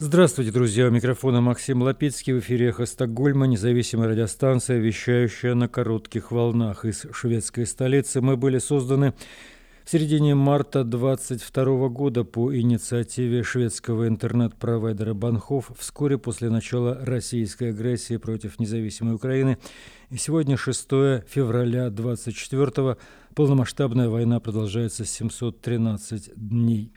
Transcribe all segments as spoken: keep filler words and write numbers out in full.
Здравствуйте, друзья! У микрофона Максим Лапицкий. В эфире «Эхо Стокгольма», независимая радиостанция, вещающая на коротких волнах из шведской столицы. Мы были созданы в середине марта двадцать второго года по инициативе шведского интернет-провайдера Банхоф вскоре после начала российской агрессии против независимой Украины. И сегодня, шестого февраля двадцать четвёртого, полномасштабная война продолжается семьсот тринадцать дней.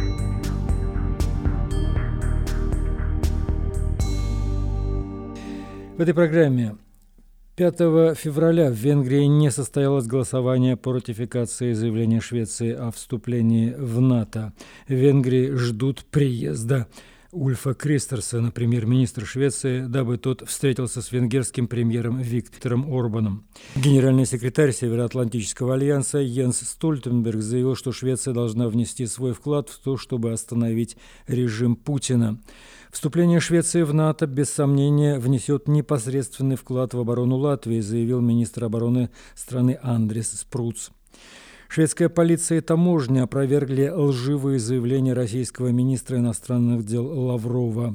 В этой программе пятого февраля в Венгрии не состоялось голосование по ратификации заявления Швеции о вступлении в НАТО. В Венгрии ждут приезда Ульфа Кристерсона, премьер-министра Швеции, дабы тот встретился с венгерским премьером Виктором Орбаном. Генеральный секретарь Североатлантического альянса Йенс Стольтенберг заявил, что Швеция должна внести свой вклад в то, чтобы остановить режим Путина. Вступление Швеции в НАТО, без сомнения, внесет непосредственный вклад в оборону Латвии, заявил министр обороны страны Андрис Спруц. Шведская полиция и таможня опровергли лживые заявления российского министра иностранных дел Лаврова.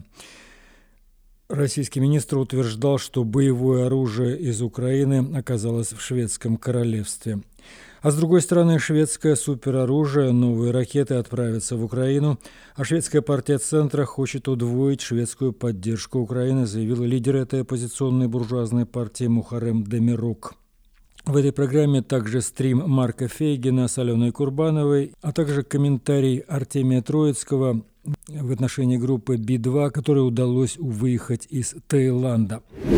Российский министр утверждал, что боевое оружие из Украины оказалось в шведском королевстве. А с другой стороны, шведское супероружие, новые ракеты отправятся в Украину, а шведская партия Центра хочет удвоить шведскую поддержку Украины, заявил лидер этой оппозиционной буржуазной партии Мухаррем Демирук. В этой программе также стрим Марка Фейгина с Аленой Курбановой, а также комментарий Артемия Троицкого в отношении группы Би два, которой удалось выехать из Таиланда.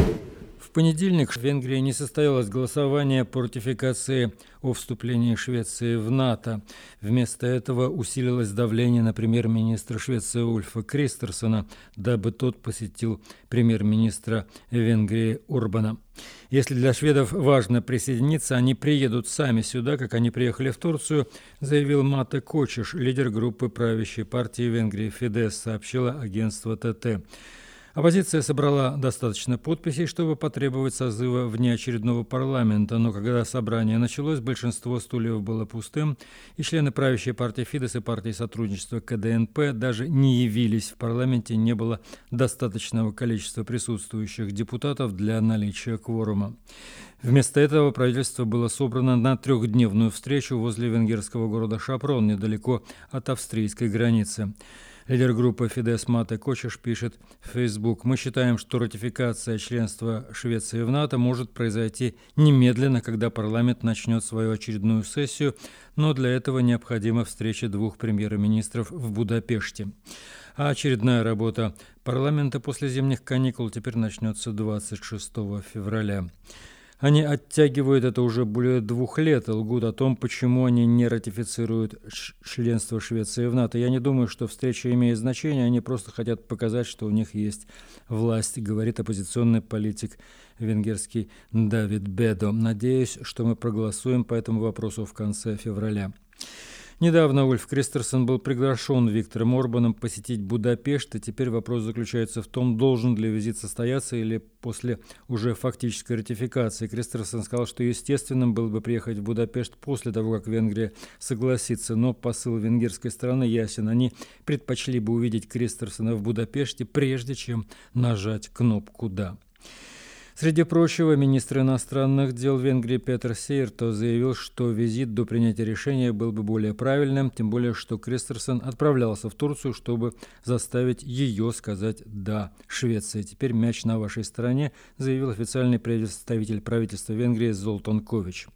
В понедельник в Венгрии не состоялось голосование по ратификации о вступлении Швеции в НАТО. Вместо этого усилилось давление на премьер-министра Швеции Ульфа Кристерсона, дабы тот посетил премьер-министра Венгрии Орбана. Если для шведов важно присоединиться, они приедут сами сюда, как они приехали в Турцию, заявил Мате Кочиш, лидер группы правящей партии Венгрии Фидес, сообщило агентство ТТ. Оппозиция собрала достаточно подписей, чтобы потребовать созыва внеочередного парламента, но когда собрание началось, большинство стульев было пустым, и члены правящей партии Фидес и партии сотрудничества КДНП даже не явились в парламенте, не было достаточного количества присутствующих депутатов для наличия кворума. Вместо этого правительство было собрано на трехдневную встречу возле венгерского города Шапрон, недалеко от австрийской границы. Лидер группы Фидес Мате Кочиш пишет в Facebook: «Мы считаем, что ратификация членства Швеции в НАТО может произойти немедленно, когда парламент начнет свою очередную сессию, но для этого необходима встреча двух премьер-министров в Будапеште. А очередная работа парламента после зимних каникул теперь начнется двадцать шестого февраля. Они оттягивают это уже более двух лет и лгут о том, почему они не ратифицируют членство Швеции в НАТО. Я не думаю, что встреча имеет значение, они просто хотят показать, что у них есть власть», говорит оппозиционный политик венгерский Давид Бедо. «Надеюсь, что мы проголосуем по этому вопросу в конце февраля». Недавно Ульф Кристерсон был приглашен Виктором Орбаном посетить Будапешт, и теперь вопрос заключается в том, должен ли визит состояться или после уже фактической ратификации. Кристерсон сказал, что естественным было бы приехать в Будапешт после того, как Венгрия согласится, но посыл венгерской стороны ясен. Они предпочли бы увидеть Кристерсона в Будапеште, прежде чем нажать кнопку «Да». Среди прочего, министр иностранных дел Венгрии Петер Сиерто заявил, что визит до принятия решения был бы более правильным, тем более, что Кристерсон отправлялся в Турцию, чтобы заставить ее сказать «да» Швеции. «Теперь мяч на вашей стороне», заявил официальный представитель правительства Венгрии Золтан Кович.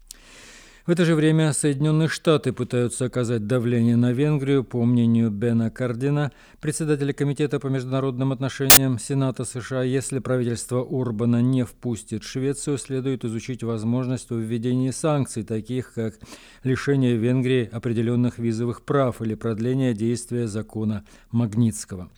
В это же время Соединенные Штаты пытаются оказать давление на Венгрию. По мнению Бена Кардина, председателя Комитета по международным отношениям Сената США, если правительство Орбана не впустит Швецию, следует изучить возможность введения санкций, таких как лишение Венгрии определенных визовых прав или продление действия закона Магнитского.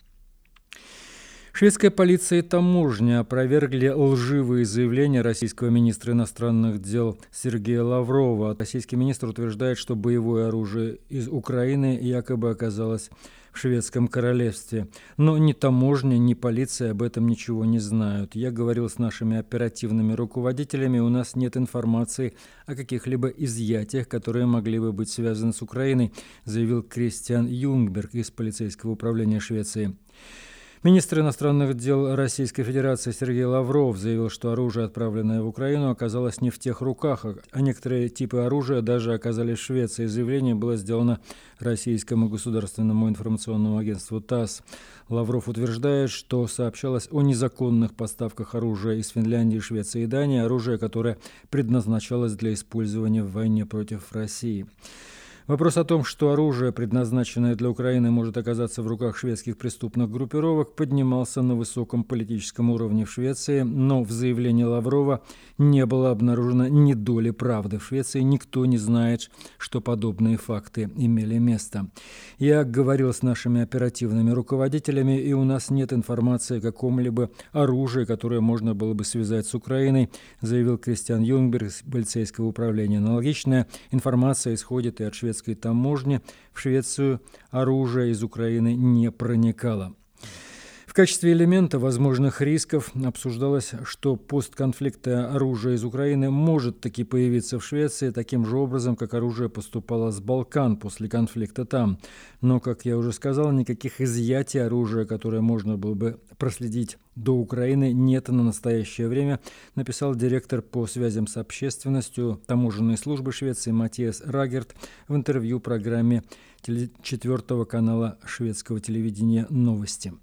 Шведская полиция и таможня опровергли лживые заявления российского министра иностранных дел Сергея Лаврова. Российский министр утверждает, что боевое оружие из Украины якобы оказалось в шведском королевстве. Но ни таможня, ни полиция об этом ничего не знают. Я говорил с нашими оперативными руководителями, у нас нет информации о каких-либо изъятиях, которые могли бы быть связаны с Украиной, заявил Кристиан Юнгберг из полицейского управления Швеции. Министр иностранных дел Российской Федерации Сергей Лавров заявил, что оружие, отправленное в Украину, оказалось не в тех руках, а некоторые типы оружия даже оказались в Швеции. Заявление было сделано российскому государственному информационному агентству ТАСС. Лавров утверждает, что сообщалось о незаконных поставках оружия из Финляндии, Швеции и Дании, оружие, которое предназначалось для использования в войне против России. Вопрос о том, что оружие, предназначенное для Украины, может оказаться в руках шведских преступных группировок, поднимался на высоком политическом уровне в Швеции, но в заявлении Лаврова не было обнаружено ни доли правды. В Швеции никто не знает, что подобные факты имели место. Я говорил с нашими оперативными руководителями, и у нас нет информации о каком-либо оружии, которое можно было бы связать с Украиной, заявил Кристиан Юнгберг из полицейского управления. Аналогичная информация исходит и от шведской таможни. В Швецию оружие из Украины не проникало. В качестве элемента возможных рисков обсуждалось, что постконфликтное оружие из Украины может таки появиться в Швеции таким же образом, как оружие поступало с Балкан после конфликта там. Но, как я уже сказал, никаких изъятий оружия, которое можно было бы проследить до Украины, нет на настоящее время, написал директор по связям с общественностью таможенной службы Швеции Матиас Рагерт в интервью программе четвертого канала шведского телевидения «Новости».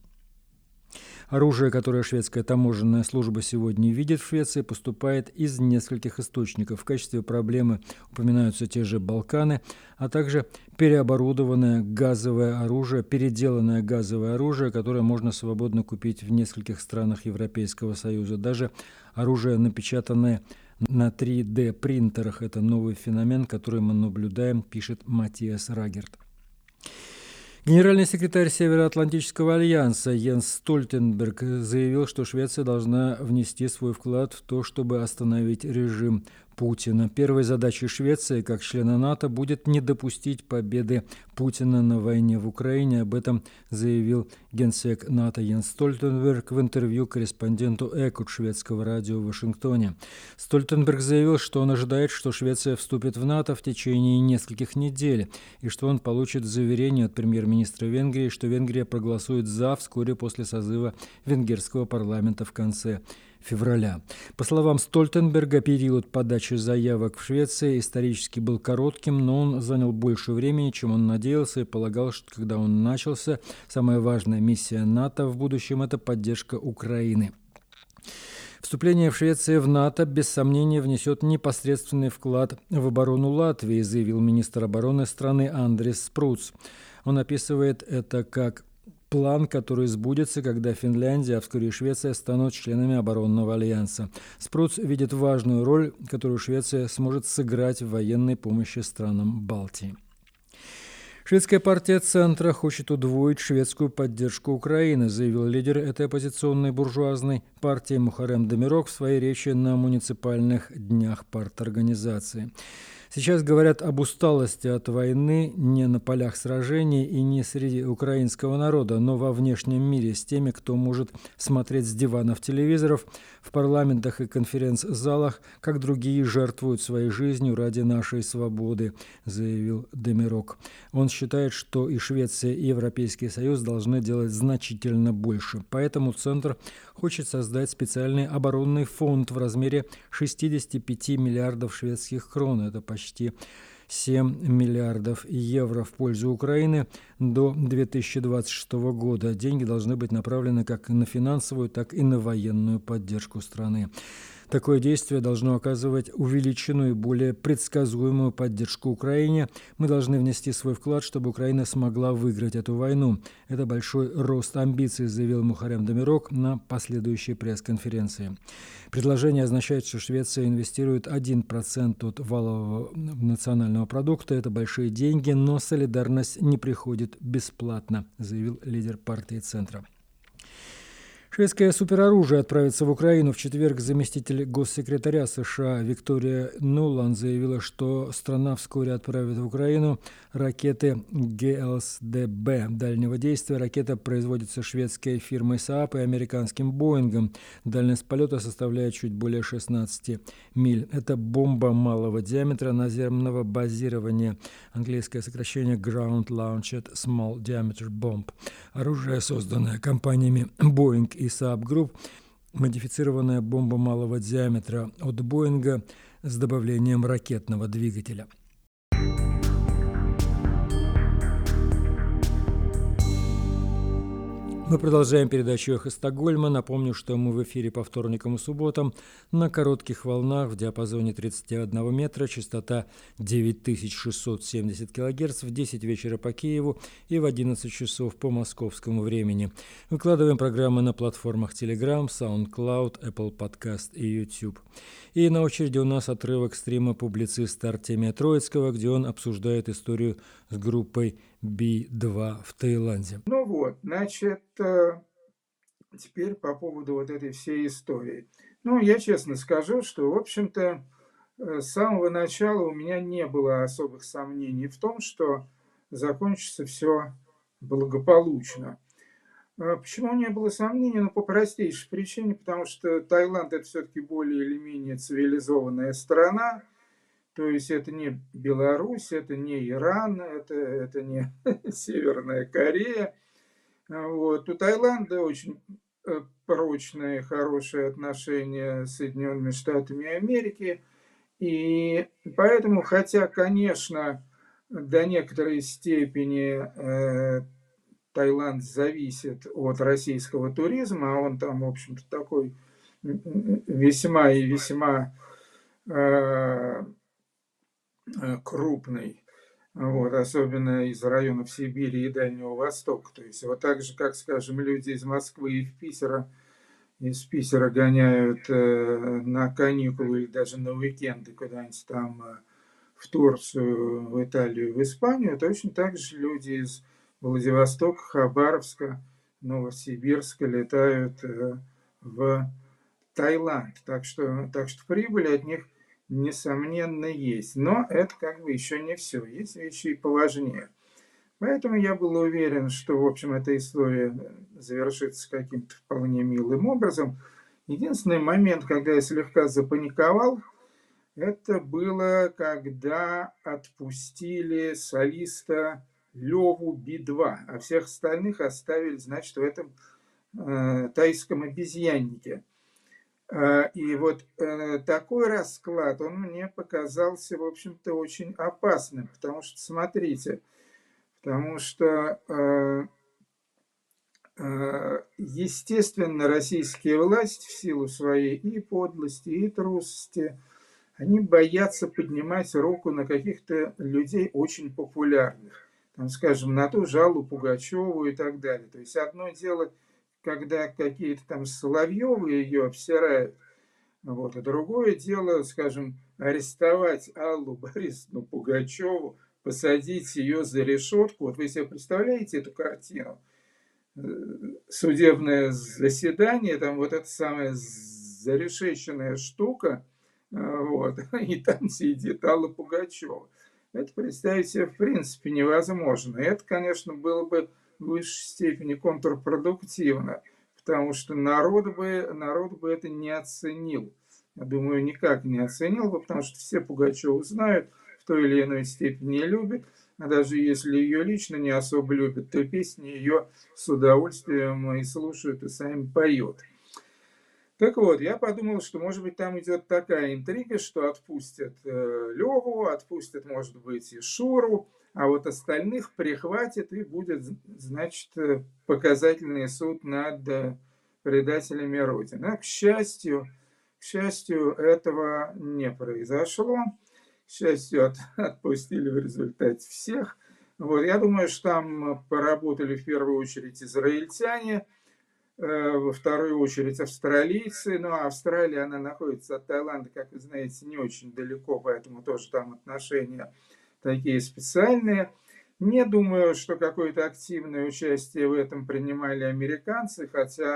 Оружие, которое шведская таможенная служба сегодня видит в Швеции, поступает из нескольких источников. В качестве проблемы упоминаются те же Балканы, а также переоборудованное газовое оружие, переделанное газовое оружие, которое можно свободно купить в нескольких странах Европейского Союза. Даже оружие, напечатанное на три дэ принтерах. Это новый феномен, который мы наблюдаем, пишет Матиас Рагерт. Генеральный секретарь Североатлантического альянса Йенс Стольтенберг заявил, что Швеция должна внести свой вклад в то, чтобы остановить режим Путина. Первой задачей Швеции, как члена НАТО, будет не допустить победы Путина на войне в Украине. Об этом заявил генсек НАТО Йенс Стольтенберг в интервью корреспонденту «Экут» шведского радио в Вашингтоне. Стольтенберг заявил, что он ожидает, что Швеция вступит в НАТО в течение нескольких недель, и что он получит заверение от премьер-министра Венгрии, что Венгрия проголосует «за» вскоре после созыва венгерского парламента в конце февраля. По словам Стольтенберга, период подачи заявок в Швеции исторически был коротким, но он занял больше времени, чем он надеялся, и полагал, что когда он начался, самая важная миссия НАТО в будущем – это поддержка Украины. Вступление в Швеции в НАТО без сомнения внесет непосредственный вклад в оборону Латвии, заявил министр обороны страны Андрис Спруц. Он описывает это как план, который сбудется, когда Финляндия, а вскоре и Швеция станут членами оборонного альянса. Спруц видит важную роль, которую Швеция сможет сыграть в военной помощи странам Балтии. Шведская партия Центра хочет удвоить шведскую поддержку Украины, заявил лидер этой оппозиционной буржуазной партии Мухаррем Демирок в своей речи на муниципальных днях парторганизации. Сейчас говорят об усталости от войны не на полях сражений и не среди украинского народа, но во внешнем мире с теми, кто может смотреть с диванов телевизоров, в парламентах и конференц-залах, как другие жертвуют своей жизнью ради нашей свободы, заявил Демирок. Он считает, что и Швеция, и Европейский Союз должны делать значительно больше. Поэтому Центр хочет создать специальный оборонный фонд в размере шестьдесят пять миллиардов шведских крон. Это почти семь миллиардов евро в пользу Украины до две тысячи двадцать шестого года. Деньги должны быть направлены как на финансовую, так и на военную поддержку страны. Такое действие должно оказывать увеличенную и более предсказуемую поддержку Украине. Мы должны внести свой вклад, чтобы Украина смогла выиграть эту войну. Это большой рост амбиций, заявил Мухаррем Демирок на последующей пресс-конференции. Предложение означает, что Швеция инвестирует один процент от валового национального продукта. Это большие деньги, но солидарность не приходит бесплатно, заявил лидер партии Центра. Шведское супероружие отправится в Украину. В четверг заместитель госсекретаря США Виктория Нуланд заявила, что страна вскоре отправит в Украину ракеты ГЛСДБ дальнего действия. Ракета производится шведской фирмой СААП и американским Боингом. Дальность полета составляет чуть более шестнадцати миль. Это бомба малого диаметра наземного базирования. Английское сокращение Ground Launched Small Diameter Bomb. Оружие, созданное компаниями Boeing и СААП Групп, модифицированная бомба малого диаметра от Боинга с добавлением ракетного двигателя. Мы продолжаем передачу «Эхо Стокгольма». Напомню, что мы в эфире по вторникам и субботам на коротких волнах в диапазоне тридцати одного метра, частота девять тысяч шестьсот семьдесят килогерц в десять вечера по Киеву и в одиннадцать часов по московскому времени. Выкладываем программы на платформах Telegram, SoundCloud, Apple Podcast и YouTube. И на очереди у нас отрывок стрима публициста Артемия Троицкого, где он обсуждает историю с группой би два в Таиланде. Ну вот, значит, теперь по поводу вот этой всей истории. Ну, я честно скажу, что, в общем-то, с самого начала у меня не было особых сомнений в том, что закончится все благополучно. Почему не было сомнений? Ну, по простейшей причине, потому что Таиланд – это все-таки более или менее цивилизованная страна. То есть это не Беларусь, это не Иран, это, это не Северная Корея. Вот. У Таиланда очень прочные, хорошие отношения с Соединенными Штатами Америки. И поэтому, хотя, конечно, до некоторой степени э, Таиланд зависит от российского туризма, а он там, в общем-то, такой весьма и весьма э, крупный, вот, особенно из районов Сибири и Дальнего Востока. То есть вот так же, как, скажем, люди из Москвы и Питера, из Питера гоняют э, на каникулы или даже на уикенды куда-нибудь там э, в Турцию, в Италию, в Испанию, точно так же люди из Владивостока, Хабаровска, Новосибирска летают э, в Таиланд. Так что, так что прибыль от них несомненно есть. Но это как бы еще не все. Есть вещи и поважнее. Поэтому я был уверен, что, в общем, эта история завершится каким-то вполне милым образом. Единственный момент, когда я слегка запаниковал, это было, когда отпустили солиста Леву би два, а всех остальных оставили, значит, в этом э, тайском обезьяннике. И вот э, такой расклад, он мне показался, в общем-то, очень опасным, потому что, смотрите, потому что, э, э, естественно, российские власти в силу своей и подлости, и трусости, они боятся поднимать руку на каких-то людей очень популярных, там, скажем, на ту же Аллу Пугачеву и так далее. То есть одно дело, когда какие-то там Соловьевы ее обсирают, вот. А другое дело, скажем, арестовать Аллу Борисовну Пугачеву, посадить ее за решетку. Вот вы себе представляете эту картину? Судебное заседание, там вот эта самая зарешеченная штука, вот, и там сидит Алла Пугачева. Это представить себе в принципе невозможно. И это, конечно, было бы в высшей степени контрпродуктивно, потому что народ бы, народ бы это не оценил. Я думаю, никак не оценил бы, потому что все Пугачеву знают, в той или иной степени любят, а даже если ее лично не особо любят, то песни ее с удовольствием и слушают, и сами поют. Так вот, я подумал, что, может быть, там идет такая интрига, что отпустят э, Леву, отпустят, может быть, и Шуру, а вот остальных прихватят, и будет, значит, показательный суд над предателями Родины. А, к счастью, к счастью, этого не произошло. К счастью, от, отпустили в результате всех. Вот, я думаю, что там поработали в первую очередь израильтяне, во вторую очередь австралийцы. Ну, а Австралия, она находится от Таиланда, как вы знаете, не очень далеко, поэтому тоже там отношения такие специальные. Не думаю, что какое-то активное участие в этом принимали американцы, хотя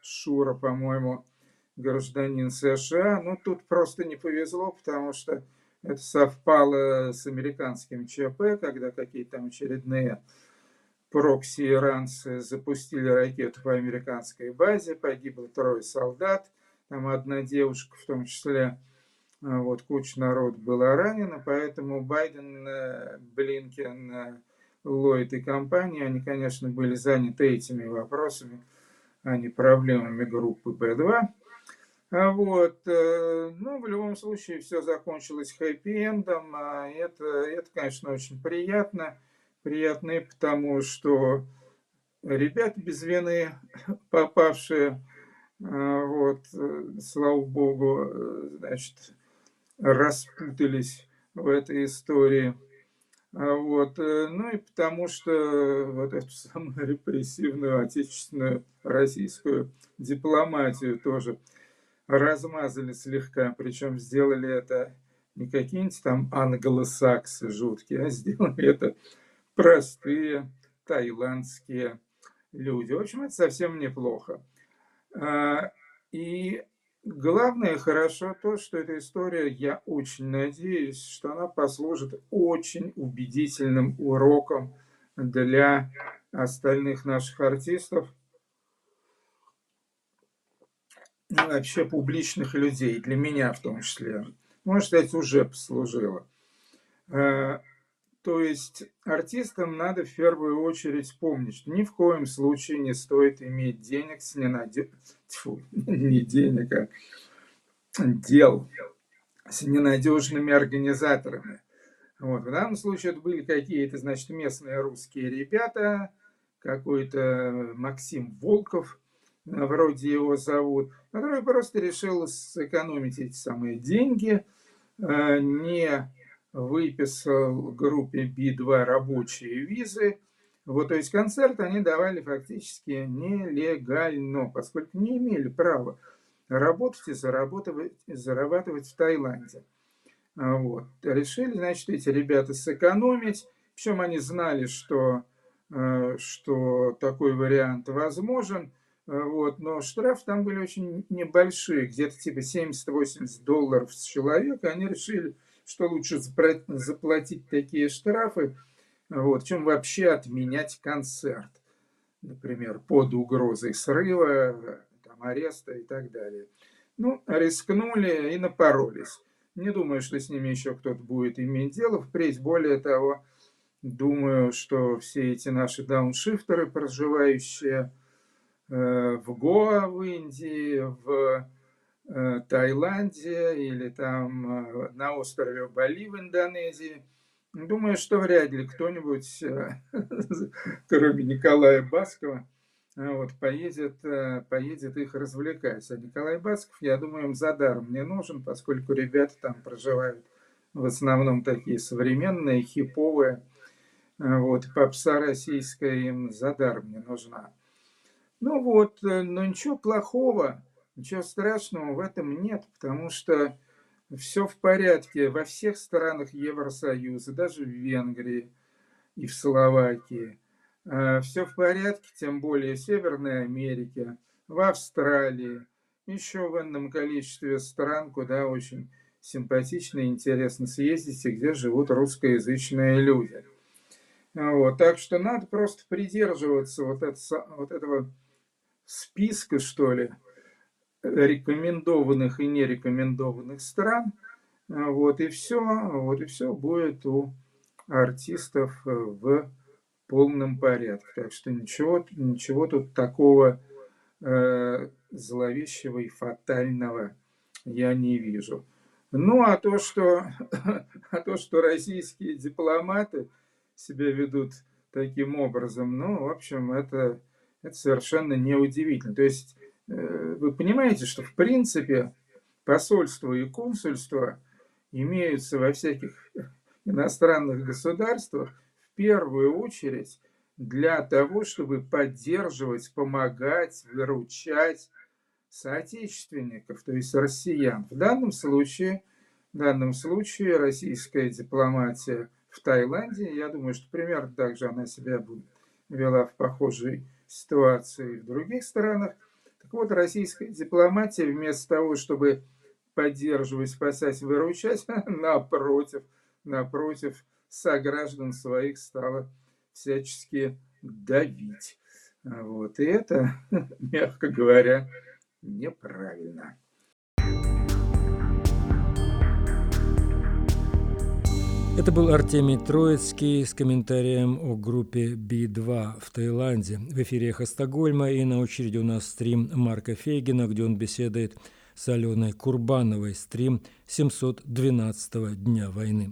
Шура, по-моему, гражданин США. Ну, тут просто не повезло, потому что это совпало с американским ЧП, когда какие-то там очередные прокси-иранцы запустили ракету по американской базе, погибло трое солдат, там одна девушка в том числе, вот, куча народу была ранена, поэтому Байден, Блинкен, Ллойд и компания, они, конечно, были заняты этими вопросами, а не проблемами группы Бэ два. Вот. Ну, в любом случае, все закончилось хэппи-эндом. Это, это, конечно, очень приятно. Приятно и потому, что ребята без вины, попавшие, вот, слава богу, значит, распутались в этой истории. Вот. Ну и потому что вот эту самую репрессивную отечественную российскую дипломатию тоже размазали слегка, причем сделали это не какие-нибудь там англосаксы жуткие, а сделали это простые таиландские люди. В общем, это совсем неплохо. И главное, хорошо то, что эта история, я очень надеюсь, что она послужит очень убедительным уроком для остальных наших артистов, и вообще публичных людей, для меня в том числе. Может быть, уже послужило. То есть артистам надо в первую очередь помнить, что ни в коем случае не стоит иметь денег с ненадеж... Тьфу, не денег, а дел с ненадежными организаторами. Вот. В данном случае это были какие-то, значит, местные русские ребята, какой-то Максим Волков, вроде его зовут, который просто решил сэкономить эти самые деньги, не выписал группе Би два рабочие визы. Вот, то есть концерт они давали фактически нелегально, поскольку не имели права работать и зарабатывать, зарабатывать в Таиланде. Вот. Решили, значит, эти ребята сэкономить. Причем они знали, что, что такой вариант возможен. Вот. Но штрафы там были очень небольшие, где-то типа семьдесят-восемьдесят долларов с человека. Они решили, что лучше заплатить такие штрафы, вот, чем вообще отменять концерт. Например, под угрозой срыва, там, ареста и так далее. Ну, рискнули и напоролись. Не думаю, что с ними еще кто-то будет иметь дело. Впредь, более того, думаю, что все эти наши дауншифтеры, проживающие э, в Гоа в Индии, в э, Таиланде или там э, на острове Бали в Индонезии, думаю, что вряд ли кто-нибудь, э, кроме Николая Баскова, вот, поедет, поедет их развлекать. А Николай Басков, я думаю, им за даром не нужен, поскольку ребята там проживают в основном такие современные, хиповые. Вот, попса российская им за даром не нужна. Ну вот, но ничего плохого, ничего страшного в этом нет, потому что все в порядке во всех странах Евросоюза, даже в Венгрии и в Словакии. Все в порядке, тем более в Северной Америке, в Австралии, еще в энном количестве стран, куда очень симпатично и интересно съездить, и где живут русскоязычные люди. Вот, так что надо просто придерживаться вот, это, вот этого списка, что ли, рекомендованных и нерекомендованных стран. Вот и все, вот и все будет у артистов в полном порядке. Так что ничего, ничего тут такого э, зловещего и фатального я не вижу. Ну, а то, что, а то, что российские дипломаты себя ведут таким образом, ну, в общем, это, это совершенно неудивительно. То есть э, вы понимаете, что в принципе посольства и консульства имеются во всяких иностранных государствах в первую очередь для того, чтобы поддерживать, помогать, выручать соотечественников, то есть россиян. В данном случае, в данном случае российская дипломатия в Таиланде, я думаю, что примерно так же она себя вела в похожей ситуации в других странах. Так вот российская дипломатия вместо того, чтобы поддерживать, спасать, выручать, напротив, напротив, сограждан своих стала всячески давить. Вот. И это, мягко говоря, неправильно. Это был Артемий Троицкий с комментарием о группе би два в Таиланде. В эфире «Эхо Стокгольма», и на очереди у нас стрим Марка Фейгина, где он беседует с Аленой Курбановой, стрим семьсот двенадцатого дня войны.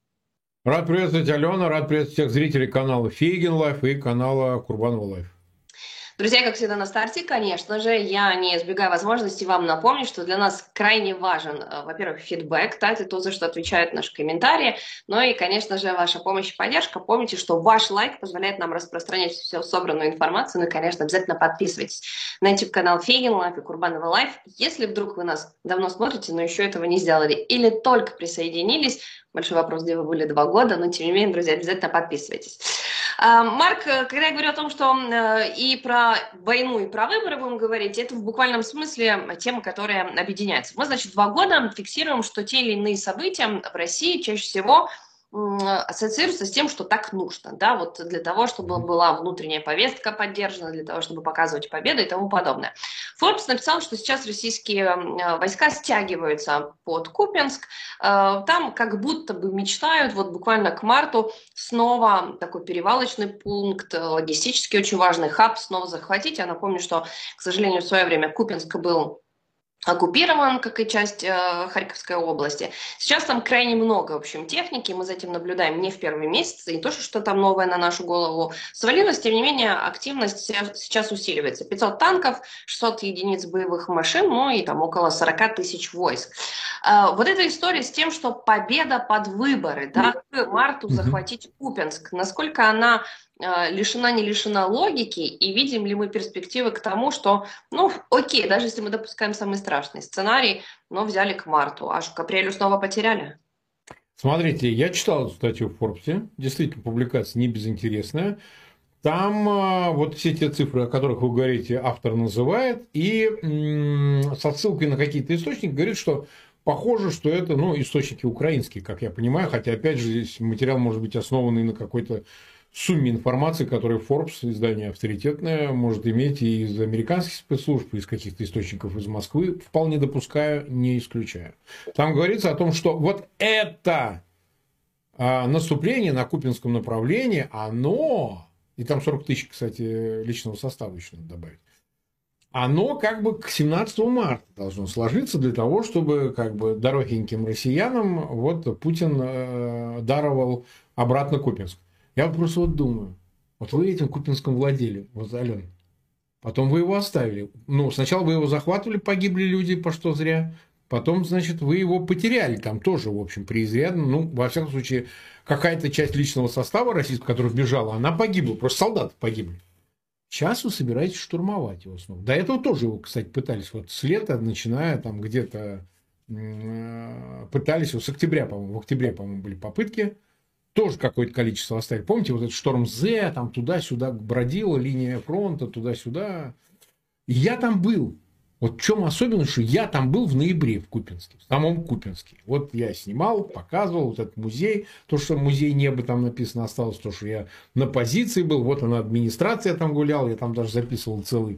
Рад приветствовать, Алена, рад приветствовать всех зрителей канала Фейгин Лайф и канала Курбанова Лайф. Друзья, как всегда на старте, конечно же, я не избегаю возможности вам напомнить, что для нас крайне важен, во-первых, фидбэк, да, это то, за что отвечают наши комментарии, но и, конечно же, ваша помощь и поддержка. Помните, что ваш лайк позволяет нам распространять всю собранную информацию, ну и, конечно, обязательно подписывайтесь на YouTube-канал Фейгин Лайф и Курбанова Лайф. Если вдруг вы нас давно смотрите, но еще этого не сделали или только присоединились, большой вопрос, где вы были два года, но тем не менее, друзья, обязательно подписывайтесь. Марк, когда я говорю о том, что и про войну, и про выборы будем говорить, это в буквальном смысле тема, которая объединяется. Мы, значит, два года фиксируем, что те или иные события в России чаще всего ассоциируется с тем, что так нужно, да, вот для того, чтобы была внутренняя повестка поддержана, для того, чтобы показывать победу и тому подобное. Forbes написал, что сейчас российские войска стягиваются под Купянск, там как будто бы мечтают вот буквально к марту снова такой перевалочный пункт, логистически очень важный хаб снова захватить. Я напомню, что, к сожалению, в свое время Купянск был оккупирован, как и часть э, Харьковской области. Сейчас там крайне много, в общем, техники, мы за этим наблюдаем не в первые месяцы, не то, что что-то новое на нашу голову свалилось, тем не менее, активность сейчас усиливается. пятьсот танков, шестьсот единиц боевых машин, ну и там около сорок тысяч войск. Э, вот эта история с тем, что победа под выборы, да, к марту захватить Купянск, насколько она лишена, не лишена логики, и видим ли мы перспективы к тому, что, ну, окей, даже если мы допускаем самый страшный сценарий, но взяли к марту, аж к апрелю снова потеряли? Смотрите, я читал эту статью в Форбсе, действительно, публикация не безинтересная. Там вот все те цифры, о которых вы говорите, автор называет, и со ссылкой на какие-то источники говорит, что похоже, что это, ну, источники украинские, как я понимаю, хотя, опять же, здесь материал может быть основанный на какой-то сумме информации, которую Forbes, издание авторитетное, может иметь и из американских спецслужб, и из каких-то источников из Москвы, вполне допускаю, не исключаю. Там говорится о том, что вот это а, наступление на Купинском направлении, оно, и там сорок тысяч, кстати, личного состава еще надо добавить, оно как бы к семнадцатому марта должно сложиться для того, чтобы как бы дорогеньким россиянам вот Путин э, даровал обратно Купинск. Я вот просто вот думаю, вот вы этим Купинском владели, вот, Алена, потом вы его оставили. Ну, сначала вы его захватывали, погибли люди, по что зря, потом, значит, вы его потеряли, там тоже, в общем, преизрядно, ну, во всяком случае, какая-то часть личного состава российского, которая бежала, она погибла, просто солдаты погибли. Сейчас вы собираетесь штурмовать его снова. До этого тоже его, кстати, пытались, вот с лета, начиная там где-то, пытались, вот с октября, по-моему, в октябре, по-моему, были попытки, тоже какое-то количество оставили. Помните, вот этот шторм З, там туда-сюда бродила, линия фронта, туда-сюда. Я там был. Вот в чем особенность, что я там был в ноябре в Купинске, в самом Купинске. Вот я снимал, показывал вот этот музей. То, что музей неба там написано осталось, то, что я на позиции был. Вот она, администрация там гулял. Я там даже записывал целый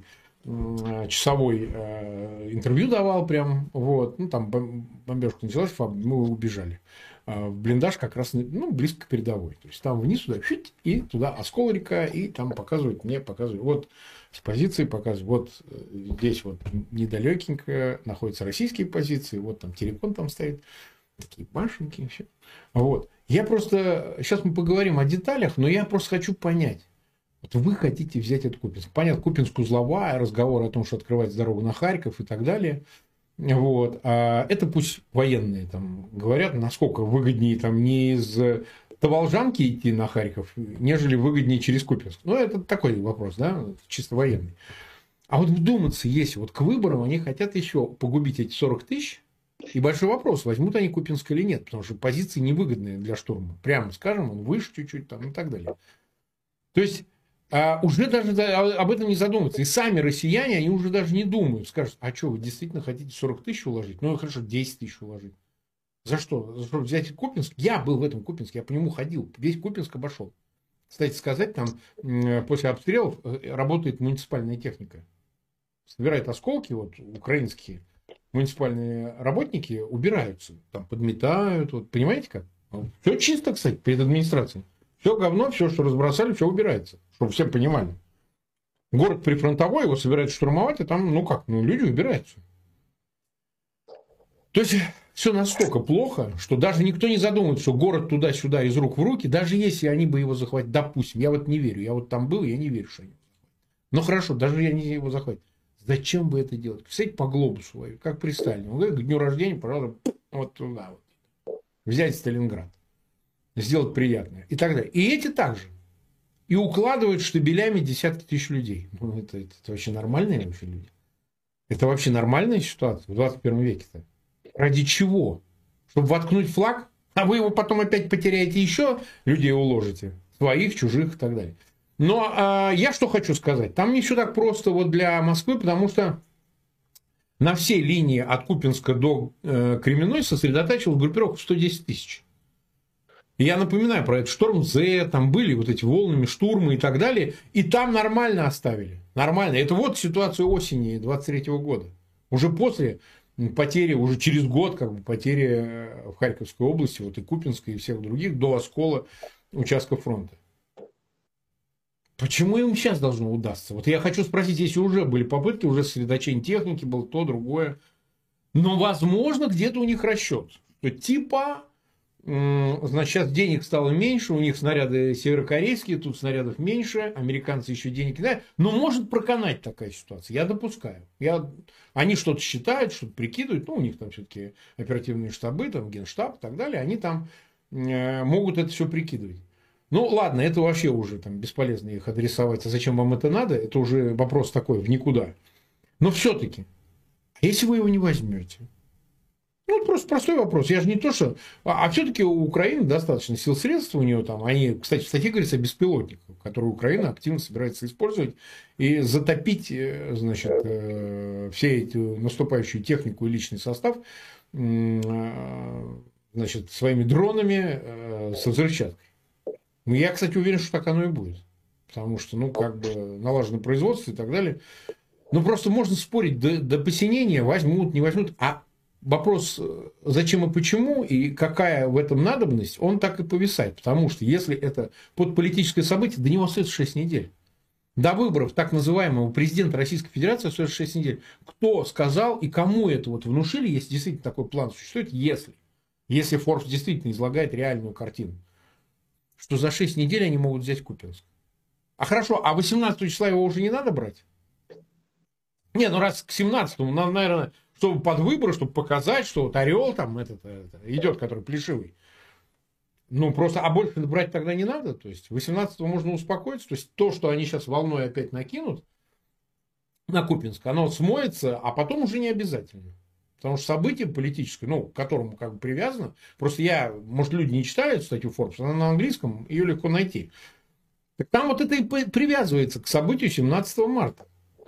часовой э, интервью давал прям. Вот. Ну, там бомбежка началась, мы убежали. В блиндаж как раз, ну, близко к передовой. То есть там вниз туда, и туда Осколрика, и там показывают, мне показывают, вот с позиции показывают, вот здесь вот недалекенько находятся российские позиции, вот там Терекон там стоит, такие башенки, все. Вот. Я просто, сейчас мы поговорим о деталях, но я просто хочу понять. Вот вы хотите взять этот Купинск. Понятно, Купинск-Узловая, разговор о том, что открывается дорога на Харьков и так далее. Вот. А это пусть военные там говорят, насколько выгоднее там не из Таволжанки идти на Харьков, нежели выгоднее через Купинск. Ну, это такой вопрос, да, чисто военный. А вот вдуматься, если вот к выборам они хотят еще погубить эти сорок тысяч, и большой вопрос, возьмут они Купинск или нет, потому что позиции невыгодные для штурма. Прямо скажем, он выше чуть-чуть там и так далее. То есть а, уже даже об этом не задумываются. И сами россияне, они уже даже не думают. Скажут, а что, вы действительно хотите сорок тысяч уложить? Ну, хорошо, десять тысяч уложить. За что? За что взять Купинск? Я был в этом Купинске, я по нему ходил. Весь Купинск обошел. Кстати сказать, там после обстрелов работает муниципальная техника. Собирают осколки, вот украинские муниципальные работники убираются. Там подметают, вот, понимаете как? Все чисто, кстати, перед администрацией. Все говно, все, что разбросали, все убирается. Чтобы все понимали. Город прифронтовой, его собираются штурмовать, а там, ну как, ну люди убираются. То есть все настолько плохо, что даже никто не задумывается, что город туда-сюда из рук в руки, даже если они бы его захватили, допустим, я вот не верю, я вот там был, я не верю, что они его захватят. Ну хорошо, даже я не его захватят. Зачем бы это делать? Представляете, по глобусу воюют, как при Сталине. Он говорит, к дню рождения, пожалуйста, вот туда вот. Взять Сталинград. Сделать приятное. И так далее. И эти также. И укладывают штабелями десятки тысяч людей. Ну, это, это, это вообще нормальные вообще люди? Это вообще нормальная ситуация в двадцать первом веке-то? Ради чего? Чтобы воткнуть флаг, а вы его потом опять потеряете, еще людей уложите. Своих, чужих и так далее. Но а, я что хочу сказать. Там не все так просто вот для Москвы, потому что на всей линии от Купинска до э, Кременной сосредотачивалась группировка сто десять тысяч. И я напоминаю про этот шторм З, там были вот эти волнами штурмы и так далее. И там нормально оставили. Нормально. Это вот ситуация осени двадцать третьего года. Уже после потери, уже через год как бы потери в Харьковской области, вот и Купинской, и всех других, до оскола участка фронта. Почему им сейчас должно удастся? Вот я хочу спросить, если уже были попытки, уже сосредоточение техники, было то, другое. Но, возможно, где-то у них расчет. Что типа, значит, сейчас денег стало меньше, у них снаряды северокорейские, тут снарядов меньше, американцы еще денег кидают. Но может проканать такая ситуация, я допускаю. Я... Они что-то считают, что-то прикидывают, ну, у них там все-таки оперативные штабы, там генштаб и так далее, они там э, могут это все прикидывать. Ну, ладно, это вообще уже там бесполезно их адресовать. А зачем вам это надо? Это уже вопрос такой, в никуда. Но все-таки, если вы его не возьмете, ну, просто простой вопрос. Я же не то, что... А, а все-таки у Украины достаточно сил средств у нее там. Они, кстати, в статье говорится о беспилотниках, которые Украина активно собирается использовать и затопить, значит, все эти наступающую технику и личный состав, значит, своими дронами со взрывчаткой. Я, кстати, уверен, что так оно и будет. Потому что, ну, как бы налажено производство и так далее. Ну, просто можно спорить до, до посинения, возьмут, не возьмут. А вопрос, зачем и почему, и какая в этом надобность, он так и повисает. Потому что, если это под политическое событие, до него остается шесть недель. До выборов так называемого президента Российской Федерации остается шесть недель. Кто сказал и кому это вот внушили, если действительно такой план существует, если, если Forbes действительно излагает реальную картину, что за шесть недель они могут взять Купинск. А хорошо, а восемнадцатого числа его уже не надо брать? Не, ну раз к семнадцатому, нам, наверное, чтобы под выборы, чтобы показать, что вот орел там этот, это, идет, который плешивый. Ну, просто, а больше брать тогда не надо. То есть, восемнадцатого можно успокоиться. То есть, то, что они сейчас волной опять накинут на Купинск, оно смоется, а потом уже не обязательно. Потому что событие политическое, ну, к которому как бы привязано, просто я, может, люди не читают статью Forbes, она на английском, ее легко найти. Так там вот это и привязывается к событию семнадцатого марта.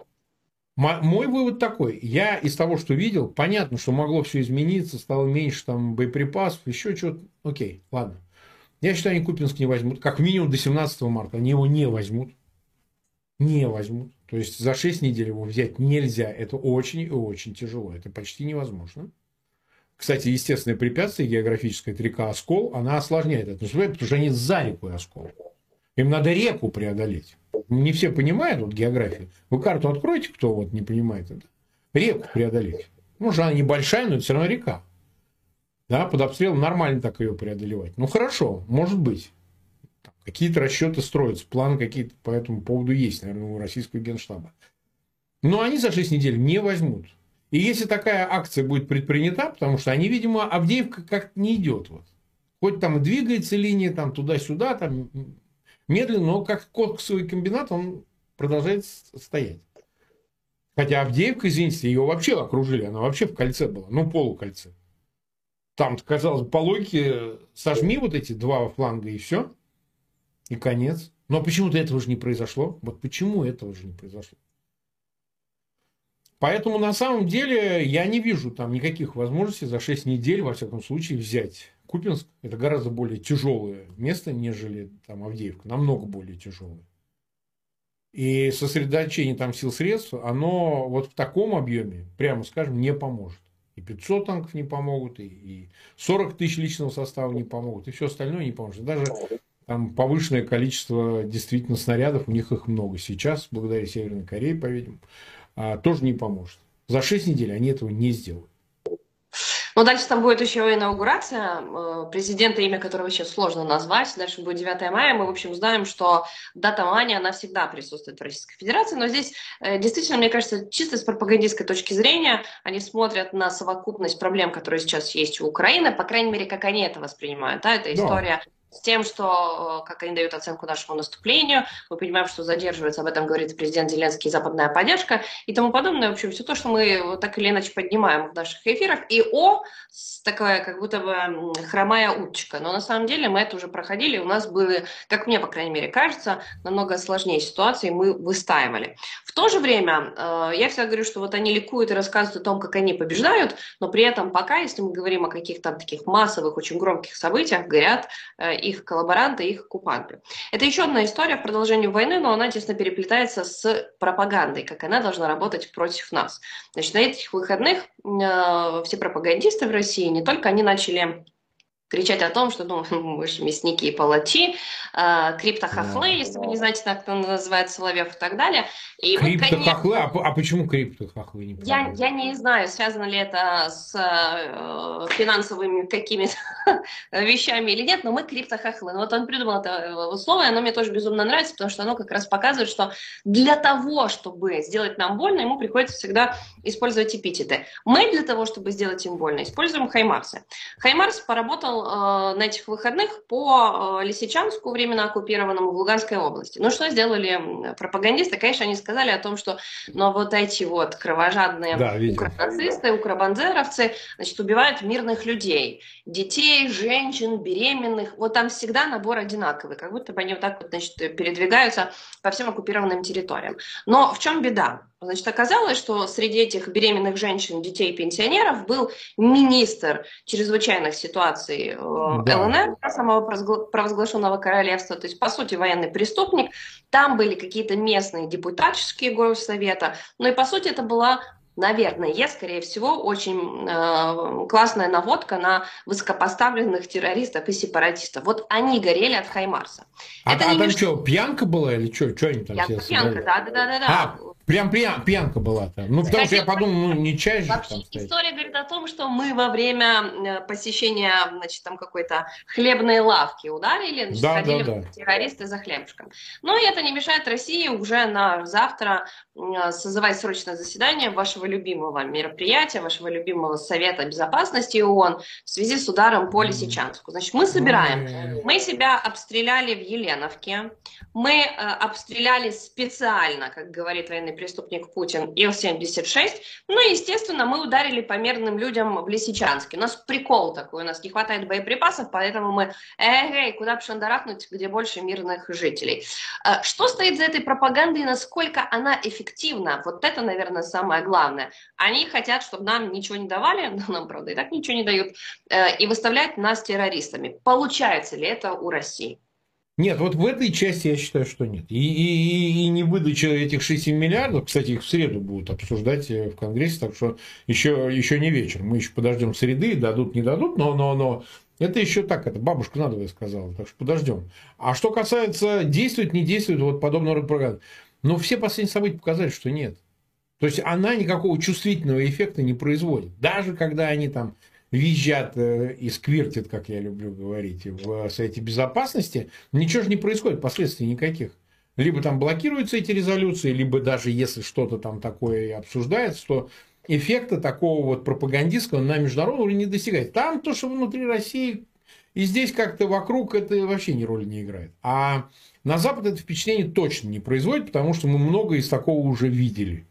Мой вывод такой. Я из того, что видел, понятно, что могло все измениться, стало меньше там боеприпасов, еще что-то. Окей, ладно. Я считаю, они Купинск не возьмут. Как минимум до семнадцатого марта они его не возьмут. Не возьмут. То есть, за шесть недель его взять нельзя. Это очень и очень тяжело. Это почти невозможно. Кстати, естественное препятствие, географическая, это река Оскол, она осложняет это. Потому что они за рекой Оскол. Им надо реку преодолеть. Не все понимают вот географию. Вы карту откройте, кто вот не понимает это. Реку преодолеть. Может, она небольшая, но это все равно река. Да, под обстрелом нормально так ее преодолевать. Ну, хорошо, может быть. Какие-то расчеты строятся, планы какие-то по этому поводу есть, наверное, у российского генштаба. Но они за шесть недель не возьмут. И если такая акция будет предпринята, потому что они, видимо, Авдеевка как-то не идет. Вот. Хоть там и двигается линия там, туда-сюда, там, медленно, но как коксовый комбинат он продолжает стоять. Хотя Авдеевка, извините, ее вообще окружили, она вообще в кольце была, ну полукольце. Там, казалось, по логике, сожми вот эти два фланга и все. И конец. Но почему-то этого же не произошло. Вот почему этого же не произошло? Поэтому на самом деле я не вижу там никаких возможностей за шесть недель, во всяком случае, взять Купинск. Это гораздо более тяжелое место, нежели там Авдеевка. Намного более тяжелое. И сосредоточение там сил средств, оно вот в таком объеме, прямо скажем, не поможет. И пятьсот танков не помогут, и, и сорок тысяч личного состава не помогут, и все остальное не поможет. Даже там повышенное количество действительно снарядов, у них их много сейчас, благодаря Северной Корее, по-видимому, а, тоже не поможет. За шесть недель они этого не сделают. Ну, дальше там будет еще инаугурация президента, имя которого сейчас сложно назвать. Дальше будет девятое мая. Мы, в общем, знаем, что дата мая, она всегда присутствует в Российской Федерации. Но здесь, действительно, мне кажется, чисто с пропагандистской точки зрения, они смотрят на совокупность проблем, которые сейчас есть у Украины, по крайней мере, как они это воспринимают. Да, это история... Да. С тем, что, как они дают оценку нашему наступлению, мы понимаем, что задерживается, об этом говорит президент Зеленский, западная поддержка и тому подобное. В общем, все то, что мы так или иначе поднимаем в наших эфирах. И о, такая как будто бы хромая уточка. Но на самом деле мы это уже проходили. У нас были, как мне, по крайней мере, кажется, намного сложнее ситуации, мы выстаивали. В то же время, я всегда говорю, что вот они ликуют и рассказывают о том, как они побеждают, но при этом пока, если мы говорим о каких-то таких массовых, очень громких событиях, горят их коллаборанты, их оккупанты. Это еще одна история в продолжении войны, но она тесно переплетается с пропагандой, как она должна работать против нас. Значит, на этих выходных э, все пропагандисты в России, не только они начали кричать о том, что ну, мы же мясники и палачи, э, криптохохлы, yeah. если вы не знаете, как это называет Соловьев и так далее. И криптохохлы? Вот, конечно, а почему криптохохлы? Не я, я не знаю, связано ли это с э, финансовыми какими-то вещами или нет, но мы криптохохлы. Но вот он придумал это слово, и оно мне тоже безумно нравится, потому что оно как раз показывает, что для того, чтобы сделать нам больно, ему приходится всегда использовать эпитеты. Мы для того, чтобы сделать им больно, используем хаймарсы. Хаймарс поработал на этих выходных по Лисичанску, временно оккупированному в Луганской области. Ну, что сделали пропагандисты? Конечно, они сказали о том, что ну, вот эти вот кровожадные да, укронацисты, укробандеровцы, значит, убивают мирных людей, детей, женщин, беременных. Вот там всегда набор одинаковый, как будто бы они вот так вот, значит, передвигаются по всем оккупированным территориям. Но в чем беда? Значит, оказалось, что среди этих беременных женщин, детей и пенсионеров был министр чрезвычайных ситуаций э, да. ЛНР, самого провозглашенного королевства, то есть, по сути, военный преступник. Там были какие-то местные депутатские горсовета, ну и, по сути, это была... Наверное, скорее всего, очень э, классная наводка на высокопоставленных террористов и сепаратистов. Вот они горели от хаймарса. А, Это а не там меш... что, пьянка была или что? Что они там пьянка, все пьянка, да, да, да, да. А, прям пьянка была там. Ну, потому что я подумал, ну, не чай же вообще, там стоит. История говорит о том, что мы во время посещения, значит, там какой-то хлебной лавки ударили, значит, да, ходили да, да. террористы за хлебушком. Но это не мешает России уже на завтра созывать срочное заседание вашего любимого мероприятия, вашего любимого Совета Безопасности ООН в связи с ударом по Лисичанску. Значит, мы собираем, мы себя обстреляли в Еленовке, мы э, обстреляли специально, как говорит военный преступник Путин, Ил семьдесят шесть, ну и, естественно, мы ударили по мирным людям в Лисичанске. У нас прикол такой, у нас не хватает боеприпасов, поэтому мы, эй, куда бы шандарахнуть, где больше мирных жителей. Э, что стоит за этой пропагандой и насколько она эффективна? Эффективно. Вот это, наверное, самое главное. Они хотят, чтобы нам ничего не давали, но нам, правда, и так ничего не дают, э, и выставлять нас террористами. Получается ли это у России? Нет, вот в этой части я считаю, что нет. И, и, и не выдача этих шести миллиардов, кстати, их в среду будут обсуждать в Конгрессе, так что еще, еще не вечер. Мы еще подождем среды, дадут, не дадут, но, но, но это еще так, это бабушка надвое сказала, так что подождем. А что касается действует, не действует, вот подобного рода программы. Но все последние события показали, что нет. То есть она никакого чувствительного эффекта не производит. Даже когда они там визжат и сквиртят, как я люблю говорить, в Совете Безопасности, ничего же не происходит, последствий никаких. Либо там блокируются эти резолюции, либо даже если что-то там такое обсуждается, то эффекта такого вот пропагандистского на международном уровне не достигает. Там то, что внутри России, и здесь как-то вокруг это вообще ни роли не играет. А на Запад это впечатление точно не производит, потому что мы много из такого уже видели.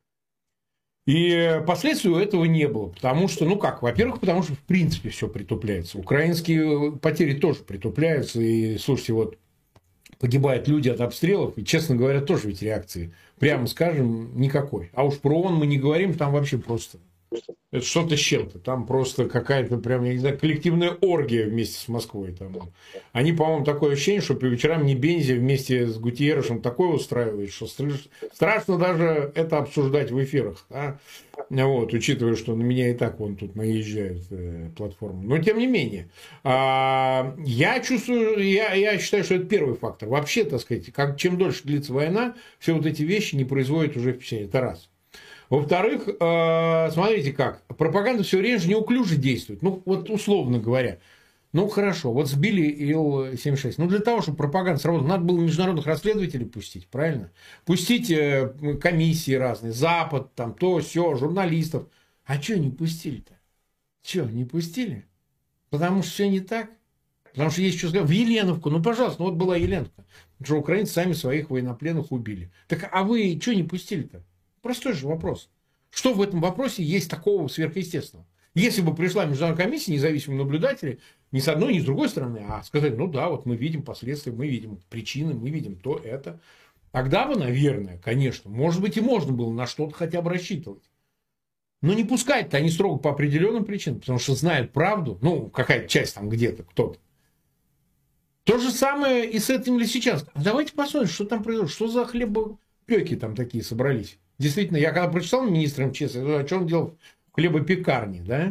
И последствий у этого не было. Потому что, ну как, во-первых, потому что в принципе все притупляется. Украинские потери тоже притупляются. И, слушайте, вот погибают люди от обстрелов, и, честно говоря, тоже ведь реакции, прямо скажем, никакой. А уж про ООН мы не говорим, там вообще просто... Это что-то с чем-то. Там просто какая-то прям, я не знаю, коллективная оргия вместе с Москвой. Там. Они, по-моему, такое ощущение, что по вечерам Небензи вместе с Гутиерресом такое устраивает, что страшно даже это обсуждать в эфирах. Да? Вот, учитывая, что на меня и так вон тут наезжают э, платформы. Но тем не менее, э, я чувствую, я, я считаю, что это первый фактор. Вообще, так сказать, как, чем дольше длится война, все вот эти вещи не производят уже впечатления. Это раз. Во-вторых, смотрите как, пропаганда все время же неуклюже действует. Ну, вот условно говоря. Ну, хорошо, вот сбили Ил семьдесят шесть. Ну, для того, чтобы пропаганда сработала, надо было международных расследователей пустить, правильно? Пустить комиссии разные, Запад, там, то, сё, журналистов. А что не пустили-то? Что, не пустили? Потому что все не так? Потому что есть что сказать. В Еленовку, ну, пожалуйста, ну, вот была Еленовка. Что украинцы сами своих военнопленных убили. Так, а вы что не пустили-то? Простой же вопрос. Что в этом вопросе есть такого сверхъестественного? Если бы пришла международная комиссия, независимые наблюдатели, ни с одной, ни с другой стороны, а сказали, ну да, вот мы видим последствия, мы видим причины, мы видим то, это. Тогда бы, наверное, конечно, может быть, и можно было на что-то хотя бы рассчитывать. Но не пускать-то они строго по определенным причинам, потому что знают правду, ну, какая-то часть там где-то, кто-то. То же самое и с этим ли сейчас. Давайте посмотрим, что там произошло, что за хлебопеки там такие собрались. Действительно, я когда прочитал министра эм че эс, о чем он делал в хлебопекарне, да?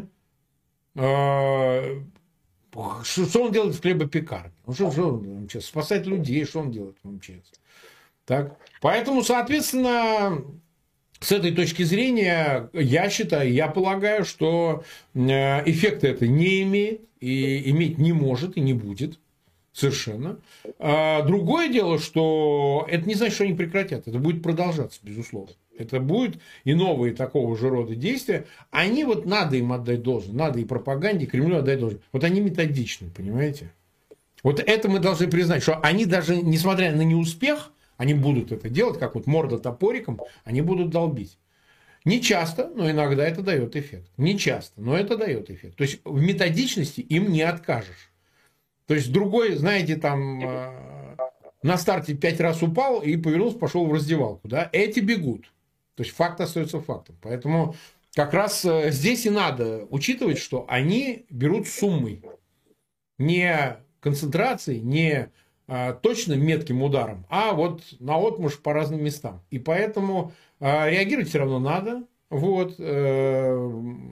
Что он делает в хлебопекарне? Ну, что, что он делает в эм че эс? Спасать людей, что он делает в эм че эс? Так? Поэтому, соответственно, с этой точки зрения, я считаю, я полагаю, что эффекта это не имеет, и иметь не может, и не будет. Совершенно. А другое дело, что это не значит, что они прекратят. Это будет продолжаться, безусловно. Это будет и новые такого же рода действия. Они вот надо им отдать должное. Надо и пропаганде, и Кремлю отдать должное. Вот они методичны, понимаете? Вот это мы должны признать, что они даже, несмотря на неуспех, они будут это делать, как вот морда топориком, они будут долбить. Не часто, но иногда это дает эффект. Не часто, но это дает эффект. То есть в методичности им не откажешь. То есть другой, знаете, там э, на старте пять раз упал и повернулся, пошел в раздевалку. Да? Эти бегут. То есть факт остается фактом. Поэтому как раз э, здесь и надо учитывать, что они берут суммой. Не концентрацией, не э, точно метким ударом, а вот наотмашь по разным местам. И поэтому э, реагировать все равно надо. Вот. Э,